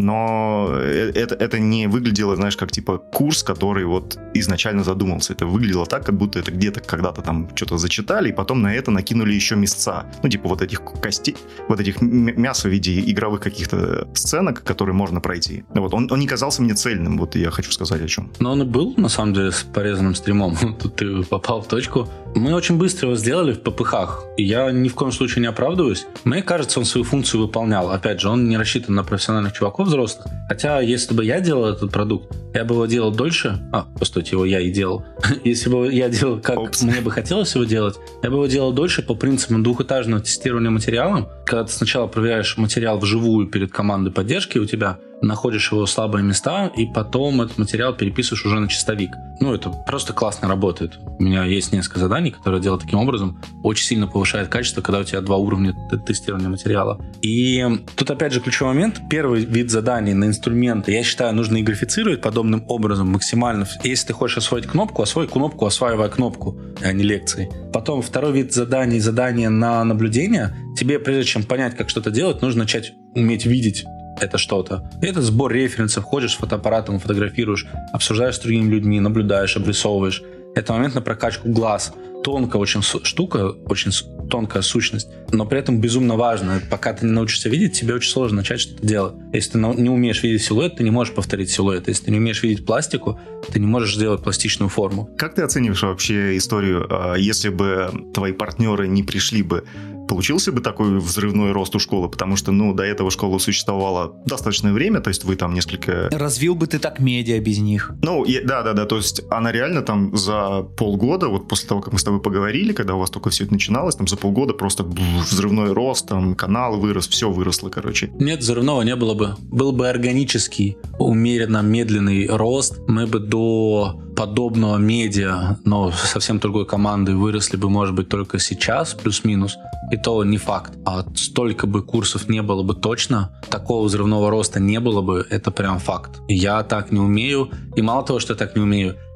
Но это не выглядело, знаешь, как типа курс, который вот изначально задумывался. Это выглядело так, как будто это где-то когда-то там что-то зачитали, и потом на это накинули еще мясца. Типа вот этих костей, вот этих мяса в виде игровых каких-то сценок, которые можно пройти. Вот он не казался мне цельным, вот я хочу сказать о чем. Но он и был, на самом деле, с порезанным стримом. Тут ты попал в точку. Мы очень быстро его сделали в ППХ, и я ни в коем случае не оправдываюсь. Мне кажется, он свою функцию выполнял. Опять же, он не рассчитан на профессиональных чуваков взрослых. Хотя, если бы я делал этот продукт, я бы его делал дольше. Постойте, его я и делал. Если бы я делал, как мне бы хотелось его делать, я бы его делал дольше по принципам двухэтажного тестирования материала. Когда ты сначала проверяешь материал вживую перед командой поддержки, у тебя находишь его слабые места, и потом этот материал переписываешь уже на чистовик. Это просто классно работает. У меня есть несколько заданий, которые делают таким образом. Очень сильно повышает качество, когда у тебя 2 уровня тестирования материала. И тут опять же ключевой момент. Первый вид заданий на инструменты, я считаю, нужно игрифицировать подобным образом максимально. Если ты хочешь освоить кнопку, освой кнопку, осваивая кнопку, а не лекции. Потом второй вид заданий, задание на наблюдение. Тебе, прежде чем понять, как что-то делать, нужно начать уметь видеть это что-то. И это сбор референсов, ходишь с фотоаппаратом, фотографируешь, обсуждаешь с другими людьми, наблюдаешь, обрисовываешь. Это момент на прокачку глаз. Тонкая очень штука, очень тонкая сущность, но при этом безумно важно. Пока ты не научишься видеть, тебе очень сложно начать что-то делать. Если ты не умеешь видеть силуэт, ты не можешь повторить силуэт. Если ты не умеешь видеть пластику, ты не можешь сделать пластичную форму. Как ты оцениваешь вообще историю, если бы твои партнеры не пришли бы? Получился бы такой взрывной рост у школы? Потому что, до этого школа существовала достаточное время, то есть вы там несколько... Развил бы ты так медиа без них? Да, то есть она реально там за полгода, вот после того, как мы с тобой поговорили, когда у вас только все это начиналось, там за полгода просто взрывной рост, там канал вырос, все выросло, короче. Нет, взрывного не было бы. Был бы органический, умеренно медленный рост. Мы бы до подобного медиа, но совсем другой команды выросли бы, может быть, только сейчас, плюс-минус. И то не факт. А столько бы курсов не было бы точно, такого взрывного роста не было бы, это прям факт. Я так не умею. И мало того, что я так не умею,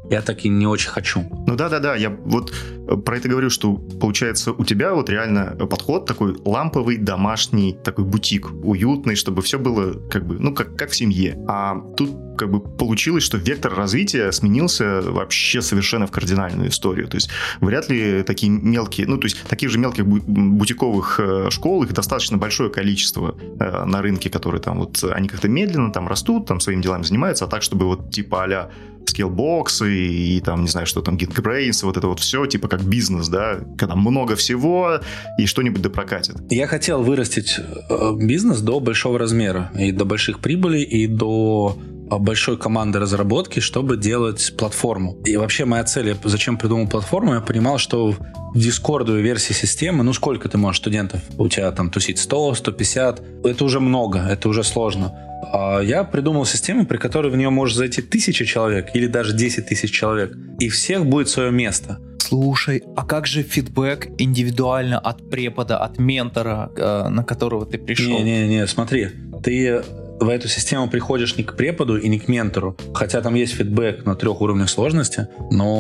я так и не очень хочу. Ну да, я вот про это говорю, что получается у тебя вот реально подход такой ламповый, домашний, такой бутик, уютный, чтобы все было как бы, ну как в семье. А тут как бы получилось, что вектор развития сменился вообще совершенно в кардинальную историю. То есть вряд ли такие мелкие, ну то есть таких же мелких бутиковых школ, их достаточно большое количество на рынке, которые там вот, они как-то медленно там растут, там своими делами занимаются, а так, чтобы вот типа а-ля скиллбоксы и там, не знаю, что там, Geekbrains, вот это вот все, типа как бизнес, да, когда много всего и что-нибудь допрокатит. Я хотел вырастить бизнес до большого размера, и до больших прибылей, и до большой команды разработки, чтобы делать платформу. И вообще моя цель, я зачем придумал платформу, я понимал, что в дискордовой версии системы, ну сколько ты можешь студентов у тебя там тусить, 100, 150, это уже много, это уже сложно. А я придумал систему, при которой в нее может зайти 1000 человек или даже 10 тысяч человек, и всех будет свое место. Слушай, а как же фидбэк индивидуально от препода, от ментора, на которого ты пришел? Не, смотри, ты в эту систему приходишь не к преподу и не к ментору, хотя там есть фидбэк на 3 уровнях сложности,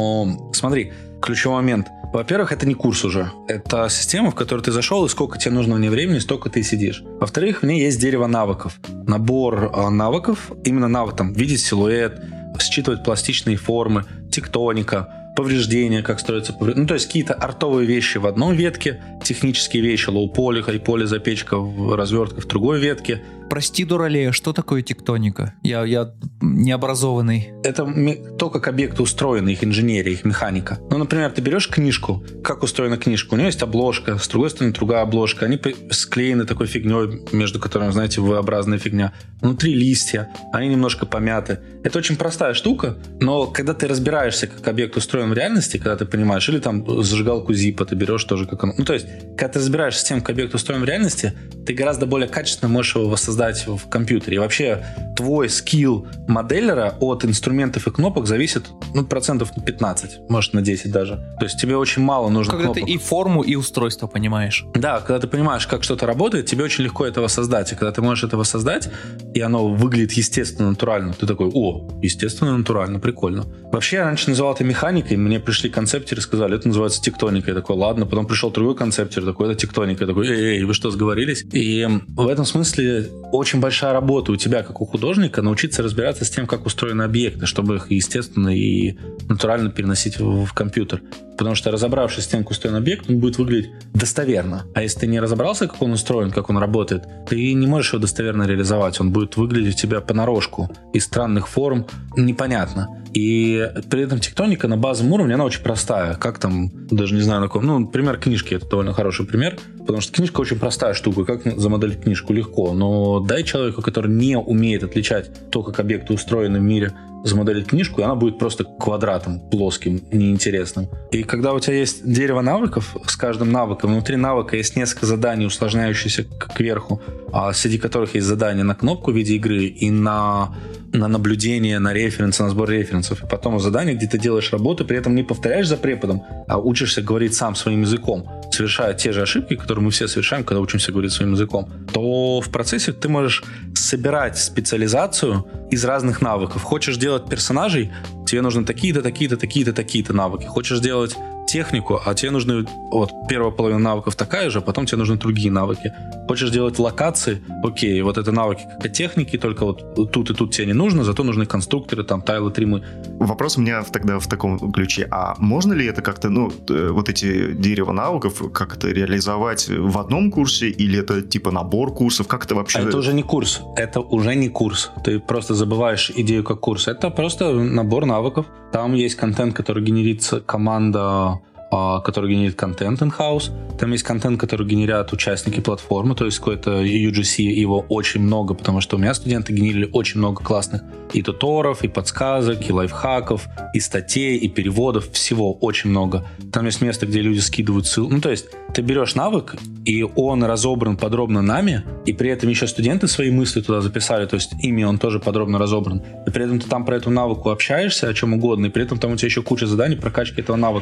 но смотри, ключевой момент. Во-первых, это не курс уже. Это система, в которую ты зашел, и сколько тебе нужно в ней времени, столько ты сидишь. Во-вторых, в ней есть дерево навыков. Набор навыков, именно навык, там, видеть силуэт, считывать пластичные формы, тектоника, повреждения, как строится повреждение. Ну, то есть какие-то артовые вещи в одной ветке, технические вещи, лоу-поли, хай-поли, запечка, развертка в другой ветке. Прости, дуралея, что такое тектоника? Я необразованный. Это то, как объекты устроены, их инженерия, их механика. Ну, например, ты берешь книжку, как устроена книжка, у нее есть обложка, с другой стороны другая обложка, они склеены такой фигней, между которыми, знаете, V-образная фигня. Внутри листья, они немножко помяты. Это очень простая штука, но когда ты разбираешься, как объект устроен в реальности, когда ты понимаешь, или там зажигалку Zippo ты берешь тоже, как он... Ну, то есть, когда ты разбираешься с тем, как объект устроен в реальности, ты гораздо более качественно можешь его воссоздать в компьютере. И вообще твой скилл моделлера от инструментов и кнопок зависит, ну, процентов на 15, может, на 10 даже. То есть тебе очень мало нужно когда кнопок. Когда ты и форму, и устройство понимаешь. Да, когда ты понимаешь, как что-то работает, тебе очень легко этого создать. И когда ты можешь этого создать, и оно выглядит естественно, натурально, ты такой: о, естественно, натурально, прикольно. Вообще, я раньше называл это механикой, мне пришли концептеры и сказали, это называется тектоникой. Я такой: ладно. Потом пришел другой концептер, такой: это тектоника. Я такой: эй, вы что, сговорились? И в этом смысле очень большая работа у тебя, как у художника, научиться разбираться с тем, как устроены объекты, чтобы их естественно и натурально переносить в компьютер. Потому что, разобравшись с тем, как устроен объект, он будет выглядеть достоверно. А если ты не разобрался, как он устроен, как он работает, ты не можешь его достоверно реализовать. Он будет выглядеть у тебя понарошку, из странных форм, непонятно. И при этом тектоника на базовом уровне, она очень простая. Как там, даже не знаю на каком. Ну, пример книжки — это довольно хороший пример, потому что книжка очень простая штука. Как замоделить книжку? Легко. Но дай человеку, который не умеет отличать то, как объекты устроены в мире, замоделить книжку, и она будет просто квадратом, плоским, неинтересным. И когда у тебя есть дерево навыков, с каждым навыком, внутри навыка есть несколько заданий, усложняющихся кверху, среди которых есть задания на кнопку в виде игры и на наблюдение, на референсы, на сбор референсов. И потом задание, где ты делаешь работу, при этом не повторяешь за преподом, а учишься говорить сам своим языком, совершая те же ошибки, которые мы все совершаем, когда учимся говорить своим языком, то в процессе ты можешь собирать специализацию из разных навыков. Хочешь делать персонажей, тебе нужны такие-то, такие-то, такие-то, такие-то навыки. Хочешь делать технику, а тебе нужны, вот, первая половина навыков такая же, а потом тебе нужны другие навыки. Хочешь делать локации, окей, вот это навыки как техники, только вот тут и тут тебе не нужно, зато нужны конструкторы, там, тайлы, тримы. Вопрос у меня тогда в таком ключе. А можно ли это как-то, ну, вот эти дерево навыков, как это реализовать в одном курсе, или это типа набор курсов? Как это вообще? Это уже не курс. Это уже не курс. Ты просто забываешь идею как курс. Это просто набор навыков. Там есть контент, который генерится команда, который генерит контент in-house. Там есть контент, который генерят участники платформы, то есть какой-то UGC, его очень много, потому что у меня студенты генерили очень много классных и туторов, и подсказок, и лайфхаков, и статей, и переводов, всего очень много. Там есть место, где люди скидывают ссылки. Ну, то есть ты берешь навык, и он разобран подробно нами, и при этом еще студенты свои мысли туда записали, то есть ими он тоже подробно разобран. И при этом ты там про эту навыку общаешься о чем угодно, и при этом там у тебя еще куча заданий прокачки этого навыка.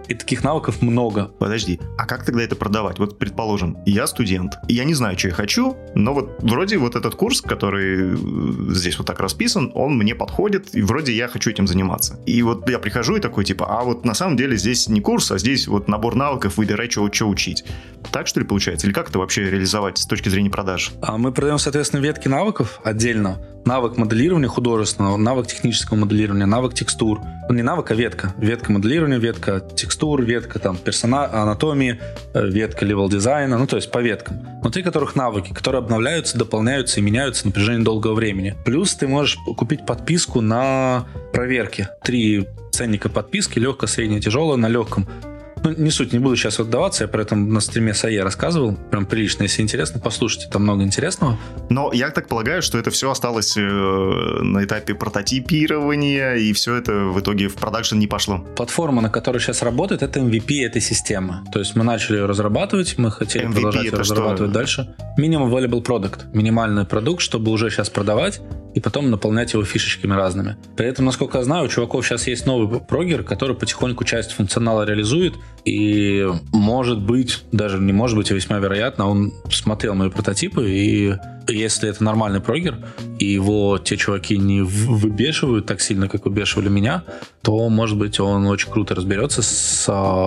И таких навыков много. Подожди, а как тогда это продавать? Вот, предположим, я студент, и я не знаю, что я хочу, но вот вроде вот этот курс, который здесь вот так расписан, он мне подходит, и вроде я хочу этим заниматься. И вот я прихожу и такой, типа, а вот на самом деле здесь не курс, а здесь вот набор навыков, выбирай, что учить. Так, что ли, получается? Или как это вообще реализовать с точки зрения продаж? А мы продаем, соответственно, ветки навыков отдельно. Навык моделирования художественного, навык технического моделирования, навык текстур. Ну, не навык, а ветка. Ветка моделирования, ветка текстур, ветка там анатомии, ветка левел-дизайна, ну, то есть по веткам. Внутри которых навыки, которые обновляются, дополняются и меняются на протяжении долгого времени. Плюс ты можешь купить подписку на проверки. 3 ценника подписки, легкая, средняя, тяжелая, на легком. Ну, не суть, не буду сейчас отдаваться, я про это на стриме САЕ рассказывал, прям прилично, если интересно, послушайте, там много интересного. Но я так полагаю, что это все осталось на этапе прототипирования, и все это в итоге в продакшн не пошло. Платформа, на которой сейчас работает, это MVP этой системы. То есть мы начали ее разрабатывать, мы хотели MVP продолжать ее разрабатывать дальше. Minimum Valuable Product, минимальный продукт, чтобы уже сейчас продавать, и потом наполнять его фишечками разными. При этом, насколько я знаю, у чуваков сейчас есть новый прогер, который потихоньку часть функционала реализует, и может быть, даже не может быть, а весьма вероятно, он смотрел мои прототипы, и если это нормальный прогер, и его те чуваки не выбешивают так сильно, как выбешивали меня, то, может быть, он очень круто разберется с...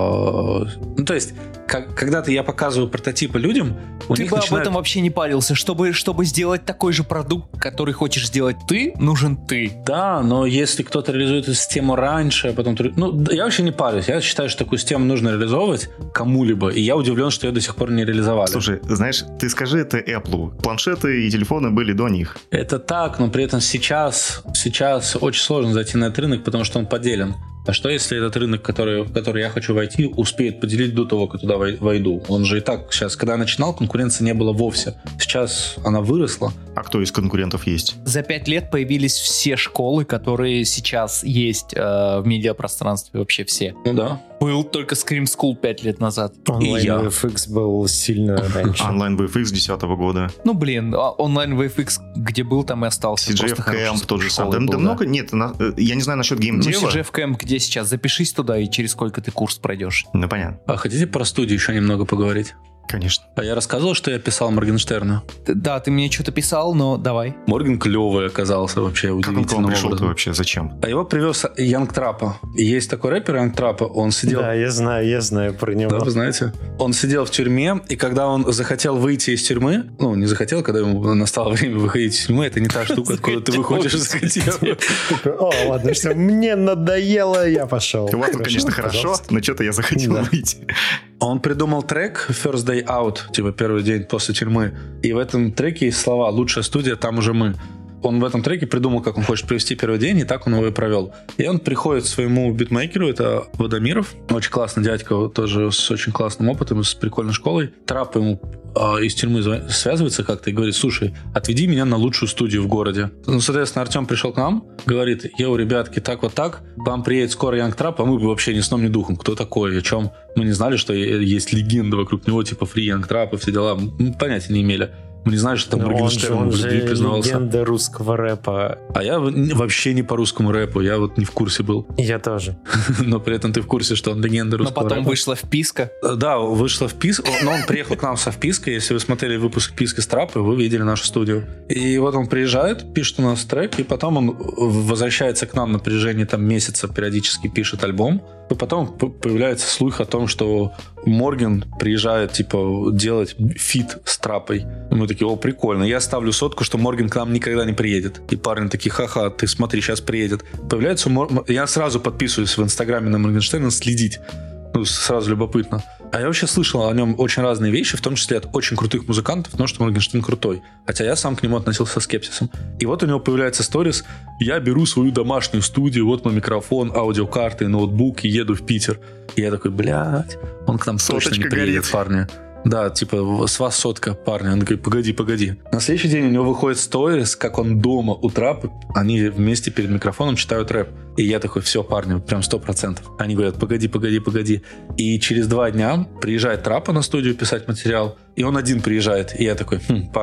Ну, то есть, когда-то я показываю прототипы людям, у ты них бы начинает... об этом вообще не парился. Чтобы сделать такой же продукт, который хочешь сделать ты, нужен ты. Да, но если кто-то реализует эту систему раньше, а потом... Ну, я вообще не парюсь. Я считаю, что такую систему нужно реализовывать кому-либо, и я удивлен, что ее до сих пор не реализовали. Слушай, знаешь, ты скажи это Apple. Планшеты и телефоны были до них. Это так, но при этом сейчас очень сложно зайти на этот рынок, потому что он поделен. А что если этот рынок, в который я хочу войти, успеет поделить до того, как туда войду? Он же и так сейчас, когда я начинал, конкуренции не было вовсе. Сейчас она выросла. А кто из конкурентов есть? За 5 лет появились все школы, которые сейчас есть в медиапространстве, вообще все. Ну да. Был только Scream School 5 лет назад. Онлайн VFX был сильно раньше. Онлайн VFX 2010 года. Ну, блин, онлайн VFX где был, там и остался. CGF Camp тот же самый. Да много, нет, я не знаю насчет геймдева. Ну, CGF Camp где сейчас? Запишись туда, и через сколько ты курс пройдешь. Ну, понятно. А хотите про студию еще немного поговорить? Конечно. А я рассказывал, что я писал Моргенштерна? Да, ты мне что-то писал, но давай. Морген клевый оказался вообще, удивительным Как он пришел-то образом. вообще? Зачем? А его привез Янг Трапа. Есть такой рэпер Янг Трапа, он сидел... Да, я знаю про него. Да, вы знаете? Он сидел в тюрьме, и когда он захотел выйти из тюрьмы, ну, не захотел, когда ему настало время выходить из тюрьмы, это не та штука, откуда ты выходишь из захотел. О, ладно, все, мне надоело, я пошел. У вас тут, конечно, хорошо, но что-то я захотел выйти. Он придумал трек First Day Out, типа первый день после тюрьмы. И в этом треке есть слова «Лучшая студия, там уже мы». Он в этом треке придумал, как он хочет провести первый день, и так он его и провел. И он приходит к своему битмейкеру, это Водомиров, очень классный дядька, тоже с очень классным опытом, с прикольной школой. Трап ему из тюрьмы связывается как-то и говорит: слушай, отведи меня на лучшую студию в городе. Ну, соответственно, Артем пришел к нам, говорит: йоу, ребятки, так вот так, к вам приедет скоро Янг Трап, а мы вообще ни сном, ни духом. Кто такой, о чем? Мы не знали, что есть легенда вокруг него, типа Фри Янг Трап и все дела. Мы понятия не имели. Мы не знали, что там Моргенштерн в любви признавался. Легенда русского рэпа. А я вообще не по русскому рэпу, я вот не в курсе был. Я тоже. Но при этом ты в курсе, что он легенда русского рэпа. Но потом вышла вписка. Да, вышла вписка, но он приехал к нам со впиской. Если вы смотрели выпуск вписки с Трапа, вы видели нашу студию. И вот он приезжает, пишет у нас трек, и потом он возвращается к нам на протяжении там месяца, периодически пишет альбом. И потом появляется слух о том, что Морген приезжает, типа, делать фит с Трапой. И мы такие: о, прикольно. Я ставлю сотку, что Морген к нам никогда не приедет. И парни такие: ха-ха, ты смотри, сейчас приедет. Появляется я сразу подписываюсь в Инстаграме на Моргенштерна следить. Ну, сразу любопытно. А я вообще слышал о нем очень разные вещи, в том числе от очень крутых музыкантов, но что Моргенштерн крутой. Хотя я сам к нему относился со скепсисом. И вот у него появляется сторис: я беру свою домашнюю студию, вот мой микрофон, аудиокарты, ноутбук и еду в Питер. И я такой: блядь, он к нам точно не приедет, парни. Да, типа, с вас сотка, парни. Он такой: погоди. На следующий день у него выходит сторис, как он дома у Трапа, они вместе перед микрофоном читают рэп. И я такой: все, парни, прям 100%. Они говорят: погоди. И через 2 дня приезжает Трапа на студию писать материал, и он один приезжает. И я такой: парни,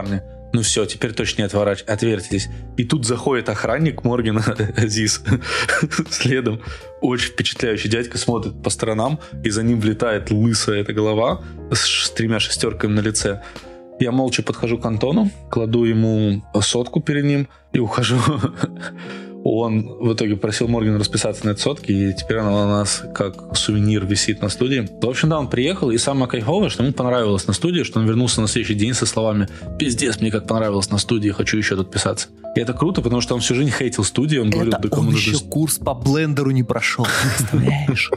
ну все, теперь точно не отвертитесь. И тут заходит охранник Моргена, Азиз, следом. Очень впечатляющий дядька, смотрит по сторонам, и за ним влетает лысая эта голова с 3 шестерками на лице. Я молча подхожу к Антону, кладу ему 100 перед ним и ухожу. Он в итоге просил Моргена расписаться на этой 100, и теперь она у нас как сувенир висит на студии. В общем, да, он приехал, и самое кайфовое, что ему понравилось на студии, что он вернулся на следующий день со словами: «Пиздец, мне как понравилось на студии, хочу еще тут писаться». И это круто, потому что он всю жизнь хейтил студию, он говорил, это он еще курс по блендеру не прошел, представляешь?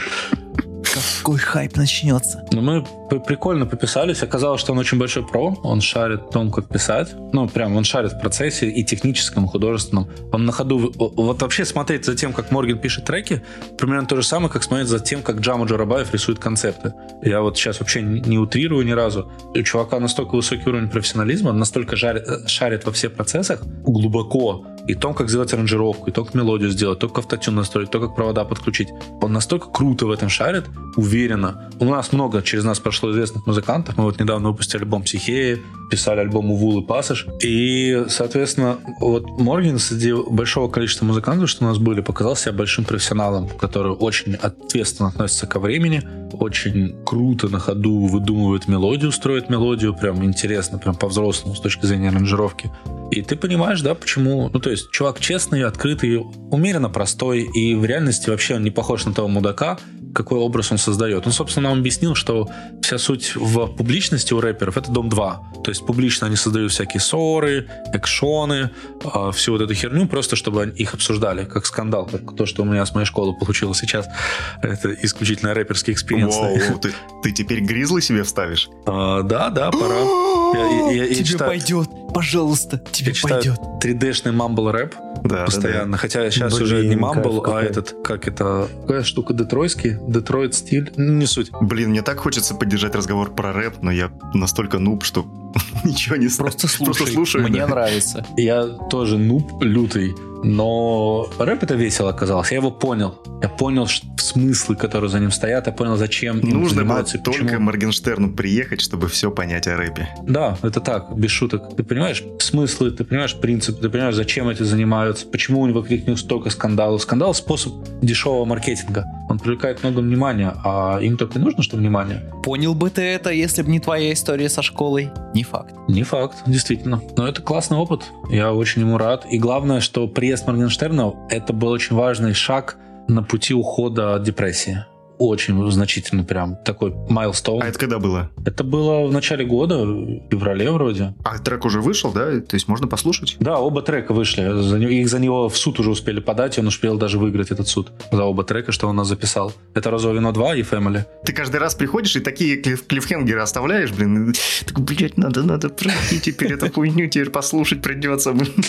Какой хайп начнется. Ну, мы прикольно пописались. Оказалось, что он очень большой про. Он шарит в том, как писать. Ну, прям он шарит в процессе и техническом, и художественном. Он на ходу... Вот вообще смотреть за тем, как Морген пишет треки, примерно то же самое, как смотреть за тем, как Джаму Джарабаев рисует концепты. Я вот сейчас вообще не утрирую ни разу. У чувака настолько высокий уровень профессионализма, он настолько шарит во всех процессах глубоко. И в том, как сделать аранжировку, и то, как мелодию сделать, то, как автотюн настроить, то, как провода подключить. Он настолько круто в этом шарит, уверенно. У нас много через нас прошло известных музыкантов. Мы вот недавно выпустили альбом «Психея», писали альбом «Увул» и «Пассаж». И, соответственно, вот Морген среди большого количества музыкантов, что у нас были, показал себя большим профессионалом, который очень ответственно относится ко времени, очень круто на ходу выдумывает мелодию, строит мелодию, прям интересно, прям по-взрослому с точки зрения аранжировки. И ты понимаешь, да, почему... Ну, то есть, чувак честный, открытый, умеренно простой, и в реальности вообще он не похож на того мудака, какой образ он создает. Он, собственно, нам объяснил, что вся суть в публичности у рэперов — это Дом 2. То есть публично они создают всякие ссоры, экшоны, всю вот эту херню, просто чтобы их обсуждали, как скандал, как то, что у меня с моей школы получилось сейчас. Это исключительно рэперский экспириенс. Ты теперь Гризли себе вставишь? Да, пора. Тебе пойдет, пожалуйста, тебе пойдет. 3D-шный мамбл-рэп постоянно. Хотя сейчас уже не мамбл, а этот, как это, какая штука, детройский? Детройт стиль? Не суть. Блин, мне так хочется поддержать разговор про рэп, но я настолько нуб, что ничего не знаю. Просто слушаю. Мне нравится. Я тоже нуб лютый, но рэп это весело оказалось. Я его понял. Я понял смыслы, которые за ним стоят. Я понял, зачем им нужно занимаются. Нужно было только Моргенштерну приехать, чтобы все понять о рэпе. Да, это так, без шуток. Ты понимаешь смыслы, ты понимаешь принципы, ты понимаешь, зачем эти занимаются, почему у него вокруг них столько скандалов. Скандал — способ дешевого маркетинга. Он привлекает много внимания, а им только и нужно, что внимание. Понял бы ты это, если бы не твоя история со школой? Не факт. Не факт, действительно. Но это классный опыт. Я очень ему рад. И главное, что приезд Моргенштерна — это был очень важный шаг на пути ухода от депрессии. Очень значительный прям такой майлстоун. А это когда было? Это было в начале года, в феврале вроде. А трек уже вышел, да? То есть можно послушать? Да, оба трека вышли. Их за него в суд уже успели подать, и он успел даже выиграть этот суд за оба трека, что он нас записал. Это «Розовое вино 2» и «Family». Ты каждый раз приходишь и такие клиффхенгеры оставляешь, блин. Такой, блядь, надо пройти теперь эту хуйню, теперь послушать придется.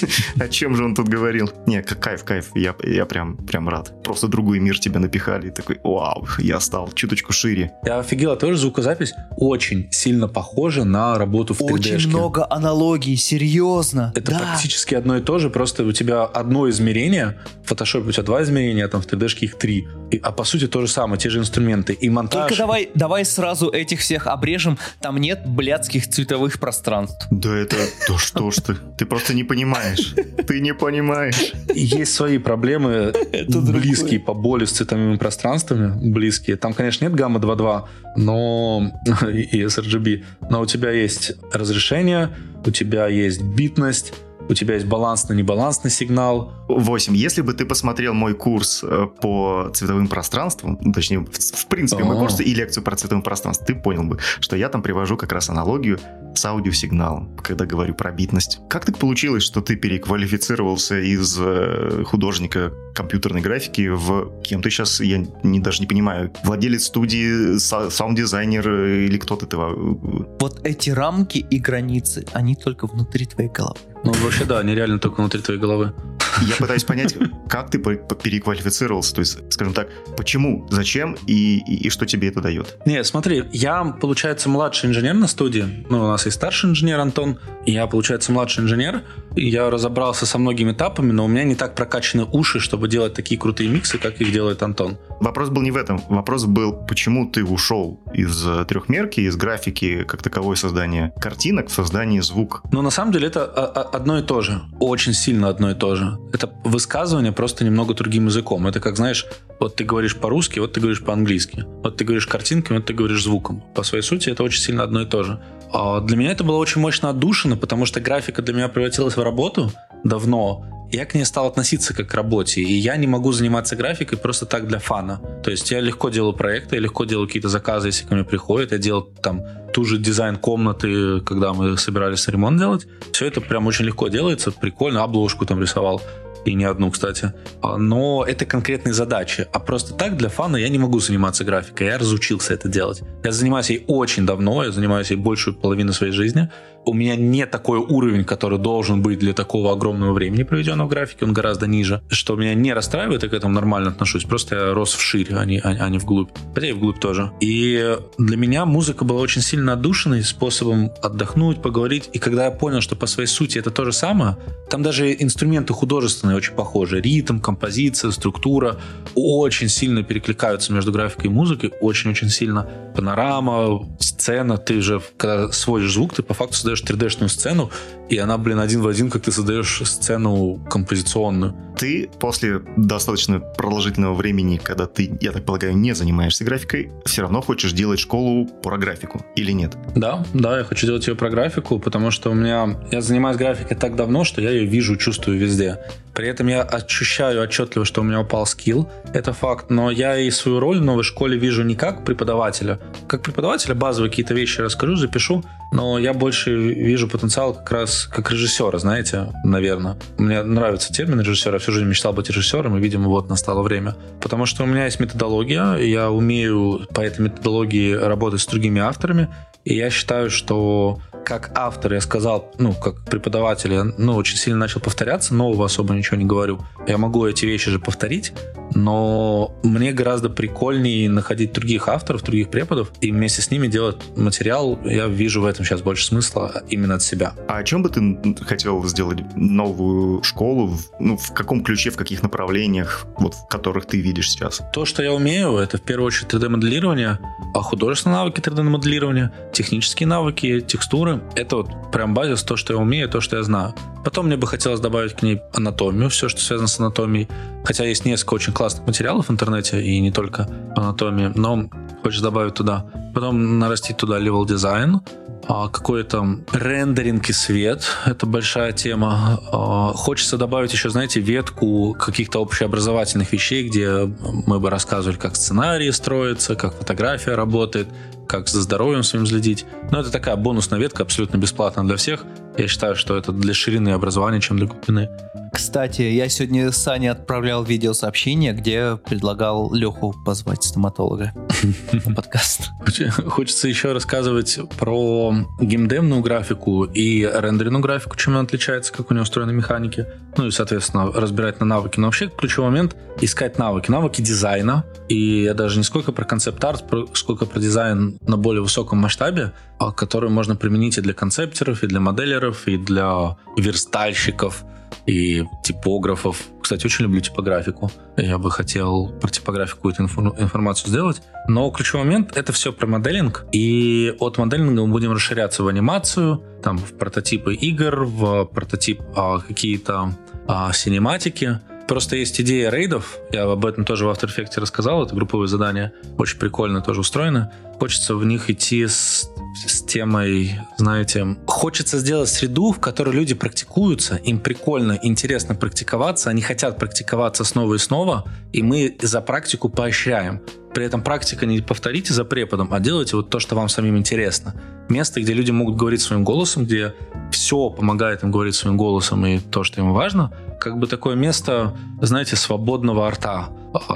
О чем же он тут говорил? Не, кайф. Я прям рад. Просто другой мир тебя напихали. Такой, вау. Я стал чуточку шире. Я офигел, тоже звукозапись очень сильно похожа на работу в 3D-шке. Очень много аналогий, серьезно. Это практически одно и то же, просто у тебя одно измерение, в фотошопе у тебя 2 измерения, там в 3D-шке их 3. А по сути то же самое, те же инструменты. И монтаж... Только давай сразу этих всех обрежем, там нет блядских цветовых пространств. Да что ж ты? Ты просто не понимаешь. Ты не понимаешь. Есть свои проблемы, близкие по боли с цветовыми пространствами, близкие. Там, конечно, нет гамма 2.2, но и sRGB, но у тебя есть разрешение, у тебя есть битность, у тебя есть балансный-небалансный сигнал. 8. Если бы ты посмотрел мой курс по цветовым пространствам, точнее, в принципе, мой курс и лекцию про цветовые пространства, ты понял бы, что я там привожу как раз аналогию с аудиосигналом, когда говорю про битность. Как так получилось, что ты переквалифицировался из художника компьютерной графики в кем ты сейчас, я даже не понимаю, владелец студии, саунд-дизайнер или кто ты? Вот эти рамки и границы, они только внутри твоей головы. Ну, вообще, да, они реально только внутри твоей головы. Я пытаюсь понять, как ты переквалифицировался, то есть, скажем так, почему, зачем и что тебе это дает? Не, смотри, я, получается, младший инженер на студии, у нас есть старший инженер Антон, я, получается, младший инженер, и я разобрался со многими этапами, но у меня не так прокачаны уши, чтобы делать такие крутые миксы, как их делает Антон. Вопрос был не в этом, вопрос был, почему ты ушел из трехмерки, из графики как таковой создания картинок в создание звука? Но на самом деле это одно и то же, очень сильно одно и то же. Это высказывание просто немного другим языком. Это как, знаешь, вот ты говоришь по-русски, вот ты говоришь по-английски. Вот ты говоришь картинками, вот ты говоришь звуком. По своей сути это очень сильно одно и то же. А для меня это было очень мощно отдушина, потому что графика для меня превратилась в работу давно. Я к ней стал относиться как к работе, и я не могу заниматься графикой просто так для фана. То есть я легко делаю проекты, я легко делаю какие-то заказы, если ко мне приходят, я делал там ту же дизайн комнаты, когда мы собирались ремонт делать. Все это прям очень легко делается, прикольно, обложку там рисовал. И не одну, кстати. Но это конкретные задачи. А просто так для фана я не могу заниматься графикой. Я разучился это делать. Я занимаюсь ей очень давно. Я занимаюсь ей большую половину своей жизни. У меня не такой уровень, который должен быть для такого огромного времени, проведенного в графике. Он гораздо ниже. Что меня не расстраивает, я к этому нормально отношусь. Просто я рос вширь, а не вглубь. Хотя и вглубь тоже. И для меня музыка была очень сильно отдушиной, способом отдохнуть, поговорить. И когда я понял, что по своей сути это то же самое, там даже инструменты художественные очень похожи. Ритм, композиция, структура очень сильно перекликаются между графикой и музыкой. Очень-очень сильно. Панорама, сцена. Ты же, когда сводишь звук, ты по факту создаешь 3D-шную сцену, и она, один в один, как ты создаешь сцену композиционную. Ты после достаточно продолжительного времени, когда ты, я так полагаю, не занимаешься графикой, все равно хочешь делать школу про графику, или нет? Да, я хочу делать ее про графику, потому что я занимаюсь графикой так давно, что я ее вижу, чувствую везде. При этом я ощущаю отчетливо, что у меня упал скилл, это факт, но я и свою роль в новой школе вижу не как преподавателя. Как преподавателя базовые какие-то вещи расскажу, запишу, но я больше вижу потенциал как раз как режиссера, знаете, наверное. Мне нравится термин режиссера, всю жизнь мечтал быть режиссером, и, видимо, вот настало время. Потому что у меня есть методология, я умею по этой методологии работать с другими авторами, и я считаю, что как автор, я сказал, как преподаватель, я очень сильно начал повторяться, нового особо ничего не говорю. Я могу эти вещи же повторить, но мне гораздо прикольнее находить других авторов, других преподов и вместе с ними делать материал. Я вижу в этом сейчас больше смысла именно от себя. А о чем бы ты хотел сделать новую школу? В каком ключе, в каких направлениях, в которых ты видишь сейчас? То, что я умею, это в первую очередь 3D-моделирование, художественные навыки 3D-моделирования, технические навыки, текстуры. Это прям базис, то, что я умею, то, что я знаю. Потом мне бы хотелось добавить к ней анатомию, все, что связано с анатомией. Хотя есть несколько очень классных материалов в интернете, и не только анатомии, но хочется добавить туда. Потом нарастить туда level дизайн, какой-то рендеринг и свет. Это большая тема. Хочется добавить еще, знаете, ветку каких-то общеобразовательных вещей, где мы бы рассказывали, как сценарий строится, как фотография работает, как за здоровьем своим следить. Но это такая бонусная ветка, абсолютно бесплатная для всех. Я считаю, что это для ширины образования, чем для глубины. Кстати, я сегодня Сане отправлял видеосообщение, где предлагал Леху позвать стоматолога на подкаст. Хочется еще рассказывать про геймдевную графику и рендеринную графику, чем она отличается, как у нее устроены механики. И, соответственно, разбирать на навыки. Но вообще ключевой момент — искать навыки. Навыки дизайна. И я даже не сколько про концепт-арт, сколько про дизайн на более высоком масштабе, который можно применить и для концептеров, и для моделеров, и для верстальщиков, и типографов. Кстати, очень люблю типографику. Я бы хотел про типографику эту информацию сделать. Но ключевой момент — это все про моделинг. И от моделинга мы будем расширяться в анимацию, там, в прототипы игр, в прототип какие-то синематики. Просто есть идея рейдов. Я об этом тоже в After Effects рассказал. Это групповые задания. Очень прикольно тоже устроено. Хочется в них идти с темой, знаете, хочется сделать среду, в которой люди практикуются, им прикольно, интересно практиковаться, они хотят практиковаться снова и снова, и мы за практику поощряем. При этом практика не повторите за преподом, а делайте то, что вам самим интересно. место, где люди могут говорить своим голосом, где все помогает им говорить своим голосом и то, что им важно, как бы такое место, знаете, свободного рта,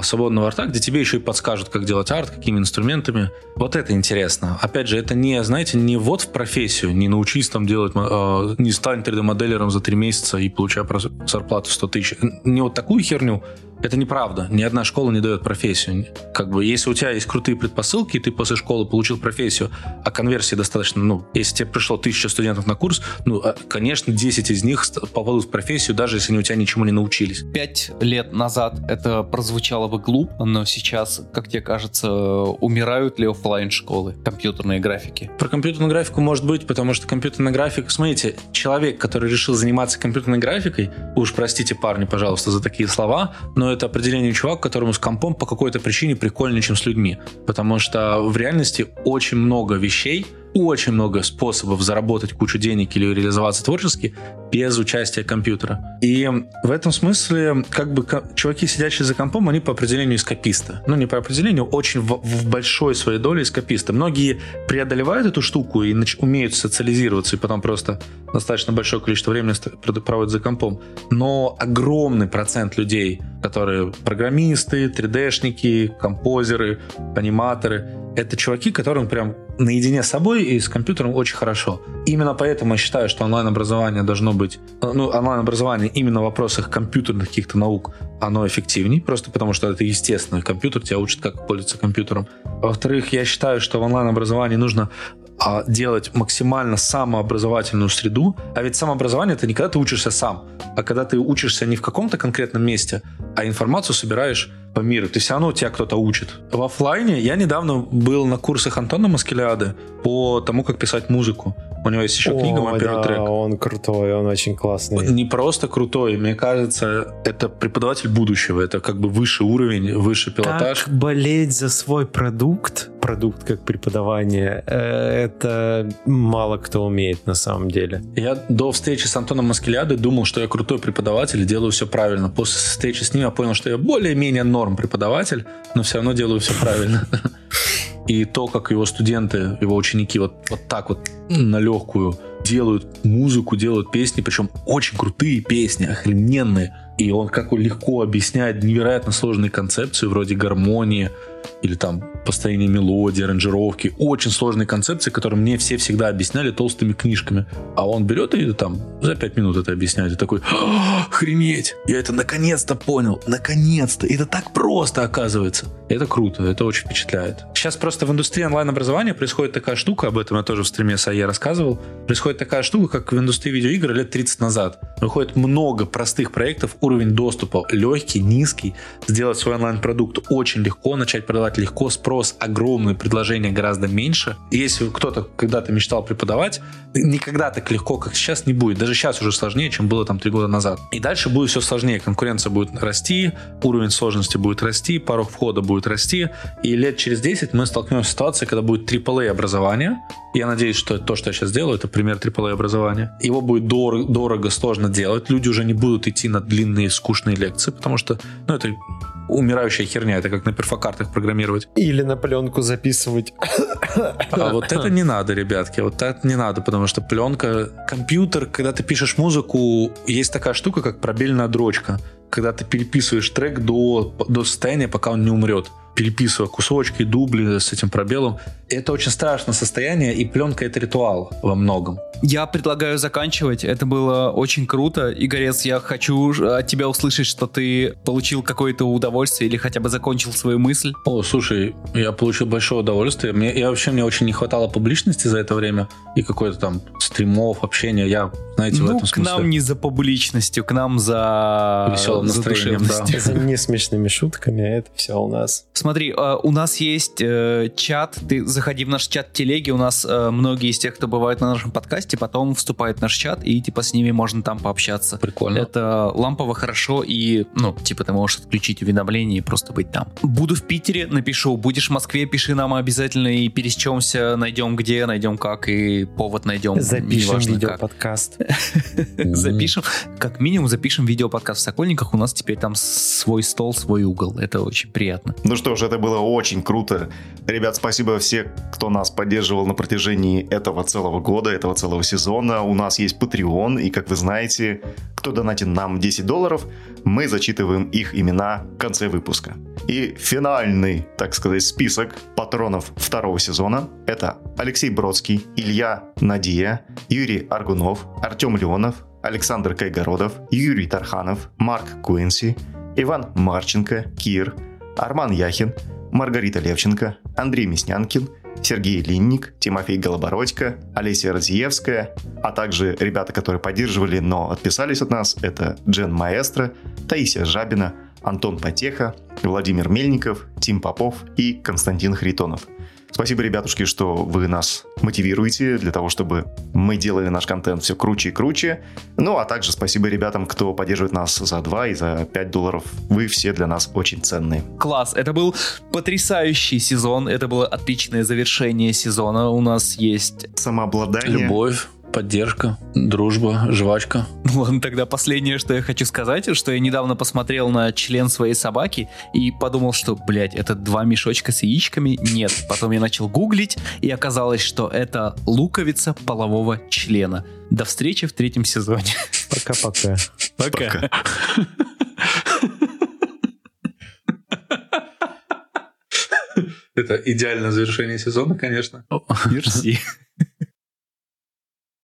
где тебе еще и подскажут, как делать арт, какими инструментами. Вот это интересно. Опять же, это не, знаете, не ввод в профессию, не научись там делать, не стань 3D-моделером за 3 месяца и получай зарплату 100 тысяч. Не вот такую херню. Это неправда. Ни одна школа не дает профессию. Как бы, если у тебя есть крутые предпосылки, и ты после школы получил профессию, а конверсии достаточно, если тебе пришло 1000 студентов на курс, конечно, 10 из них попадут в профессию, даже если они у тебя ничему не научились. 5 лет назад это прозвучало бы глупо, но сейчас, как тебе кажется, умирают ли офлайн школы компьютерной графики? Про компьютерную графику может быть, потому что компьютерная графика... Смотрите, человек, который решил заниматься компьютерной графикой, уж простите, парни, пожалуйста, за такие слова, но это определение чувака, которому с компом по какой-то причине прикольнее, чем с людьми. Потому что в реальности очень много вещей, очень много способов заработать кучу денег или реализоваться творчески без участия компьютера. И в этом смысле, как бы, чуваки, сидящие за компом, они по определению эскаписты. Не по определению, очень в большой своей доле эскаписты. Многие преодолевают эту штуку и умеют социализироваться, и потом просто достаточно большое количество времени проводят за компом. Но огромный процент людей, которые программисты, 3D-шники, композеры, аниматоры, это чуваки, которым прям наедине с собой и с компьютером очень хорошо. Именно поэтому я считаю, что онлайн-образование должно быть... онлайн-образование именно в вопросах компьютерных каких-то наук, оно эффективнее, просто потому что это естественно. Компьютер тебя учит, как пользоваться компьютером. Во-вторых, я считаю, что в онлайн-образовании нужно делать максимально самообразовательную среду. А ведь самообразование — это не когда ты учишься сам, а когда ты учишься не в каком-то конкретном месте, а информацию собираешь по миру. Ты все равно тебя кто-то учит. В офлайне я недавно был на курсах Антона Маскеляды по тому, как писать музыку. У него есть еще книга «Мой первый трек». Он крутой, он очень классный. Не просто крутой, мне кажется, это преподаватель будущего. Это как бы высший уровень, высший пилотаж. Так болеть за свой продукт как преподавание, это мало кто умеет на самом деле. Я до встречи с Антоном Маскелядой думал, что я крутой преподаватель и делаю все правильно. После встречи с ним я понял, что я более-менее норм преподаватель, но все равно делаю все правильно. И то, как его студенты, его ученики вот так вот на легкую делают музыку, делают песни, причем очень крутые песни, охрененные. И он как легко объясняет невероятно сложные концепции, вроде гармонии или там построение мелодии, аранжировки. Очень сложные концепции, которые мне все всегда объясняли толстыми книжками. А он берет и там за 5 минут это объясняет. И такой: охренеть! Я это наконец-то понял! Наконец-то! Это так просто, оказывается! Это круто, это очень впечатляет. Сейчас просто в индустрии онлайн-образования происходит такая штука, об этом я тоже в стриме с АЕ рассказывал, происходит такая штука, как в индустрии видеоигр лет 30 назад. Выходит много простых проектов, уровень доступа легкий, низкий, сделать свой онлайн-продукт очень легко, начать продавать легко, спрос огромный, предложение гораздо меньше. И если кто-то когда-то мечтал преподавать, никогда так легко, как сейчас, не будет. Даже сейчас уже сложнее, чем было там 3 года назад. И дальше будет все сложнее. Конкуренция будет расти, уровень сложности будет расти, порог входа будет расти. И лет через 10 мы столкнемся с ситуацией, когда будет AAA образование. Я надеюсь, что то, что я сейчас делаю, это пример AAA образования. Его будет дорого, сложно делать. Люди уже не будут идти на длинные, скучные лекции, потому что, это умирающая херня. Это как на перфокартах программировать. Или на пленку записывать. А вот это не надо, ребятки. Вот это не надо, потому что пленка... Компьютер, когда ты пишешь музыку, есть такая штука, как пробельная дрочка. Когда ты переписываешь трек до состояния, пока он не умрет. Переписывая кусочки, дубли с этим пробелом. Это очень страшное состояние, и пленка — это ритуал во многом. Я предлагаю заканчивать. Это было очень круто. Игорец, я хочу от тебя услышать, что ты получил какое-то удовольствие или хотя бы закончил свою мысль. О, слушай, я получил большое удовольствие. Мне очень не хватало публичности за это время и какой-то там стримов, общения. Я, знаете, в этом смысле... к нам не за публичностью, к нам за... веселым настроением, да. За несмешными шутками, а это все у нас. Смотри, у нас есть чат. Ты заходи в наш чат телеги. У нас многие из тех, кто бывает на нашем подкасте, потом вступает в наш чат, и типа с ними можно там пообщаться. Прикольно. Это лампово, хорошо, и ты можешь отключить уведомления и просто быть там. Буду в Питере, напишу. Будешь в Москве, пиши нам обязательно, и пересечемся, найдем где, найдем как, и повод найдем. Запишем видеоподкаст. Запишем, как минимум запишем видеоподкаст в Сокольниках. У нас теперь там свой стол, свой угол. Это очень приятно. Ну что, Что ж, это было очень круто. Ребят, спасибо всем, кто нас поддерживал на протяжении этого целого года, этого целого сезона. У нас есть Patreon, и, как вы знаете, кто донатит нам $10, мы зачитываем их имена в конце выпуска. И финальный, так сказать, список патронов второго сезона — это Алексей Бродский, Илья Надия, Юрий Аргунов, Артем Леонов, Александр Кайгородов, Юрий Тарханов, Марк Куинси, Иван Марченко, Кир, Арман Яхин, Маргарита Левченко, Андрей Мяснянкин, Сергей Линник, Тимофей Голобородько, Олеся Разиевская, а также ребята, которые поддерживали, но отписались от нас, это Джен Маэстро, Таисия Жабина, Антон Потеха, Владимир Мельников, Тим Попов и Константин Харитонов. Спасибо, ребятушки, что вы нас мотивируете для того, чтобы мы делали наш контент все круче и круче. Ну, а также спасибо ребятам, кто поддерживает нас за 2 и за $5. Вы все для нас очень ценные. Класс, это был потрясающий сезон, это было отличное завершение сезона. У нас есть самообладание, любовь, поддержка, дружба, жвачка. Ну ладно, тогда последнее, что я хочу сказать, что я недавно посмотрел на член своей собаки и подумал, что, блядь, это 2 мешочка с яичками? Нет. Потом я начал гуглить, и оказалось, что это луковица полового члена. До встречи в 3 сезоне. Пока-пока. Пока. Это идеальное завершение сезона, конечно. Мерси.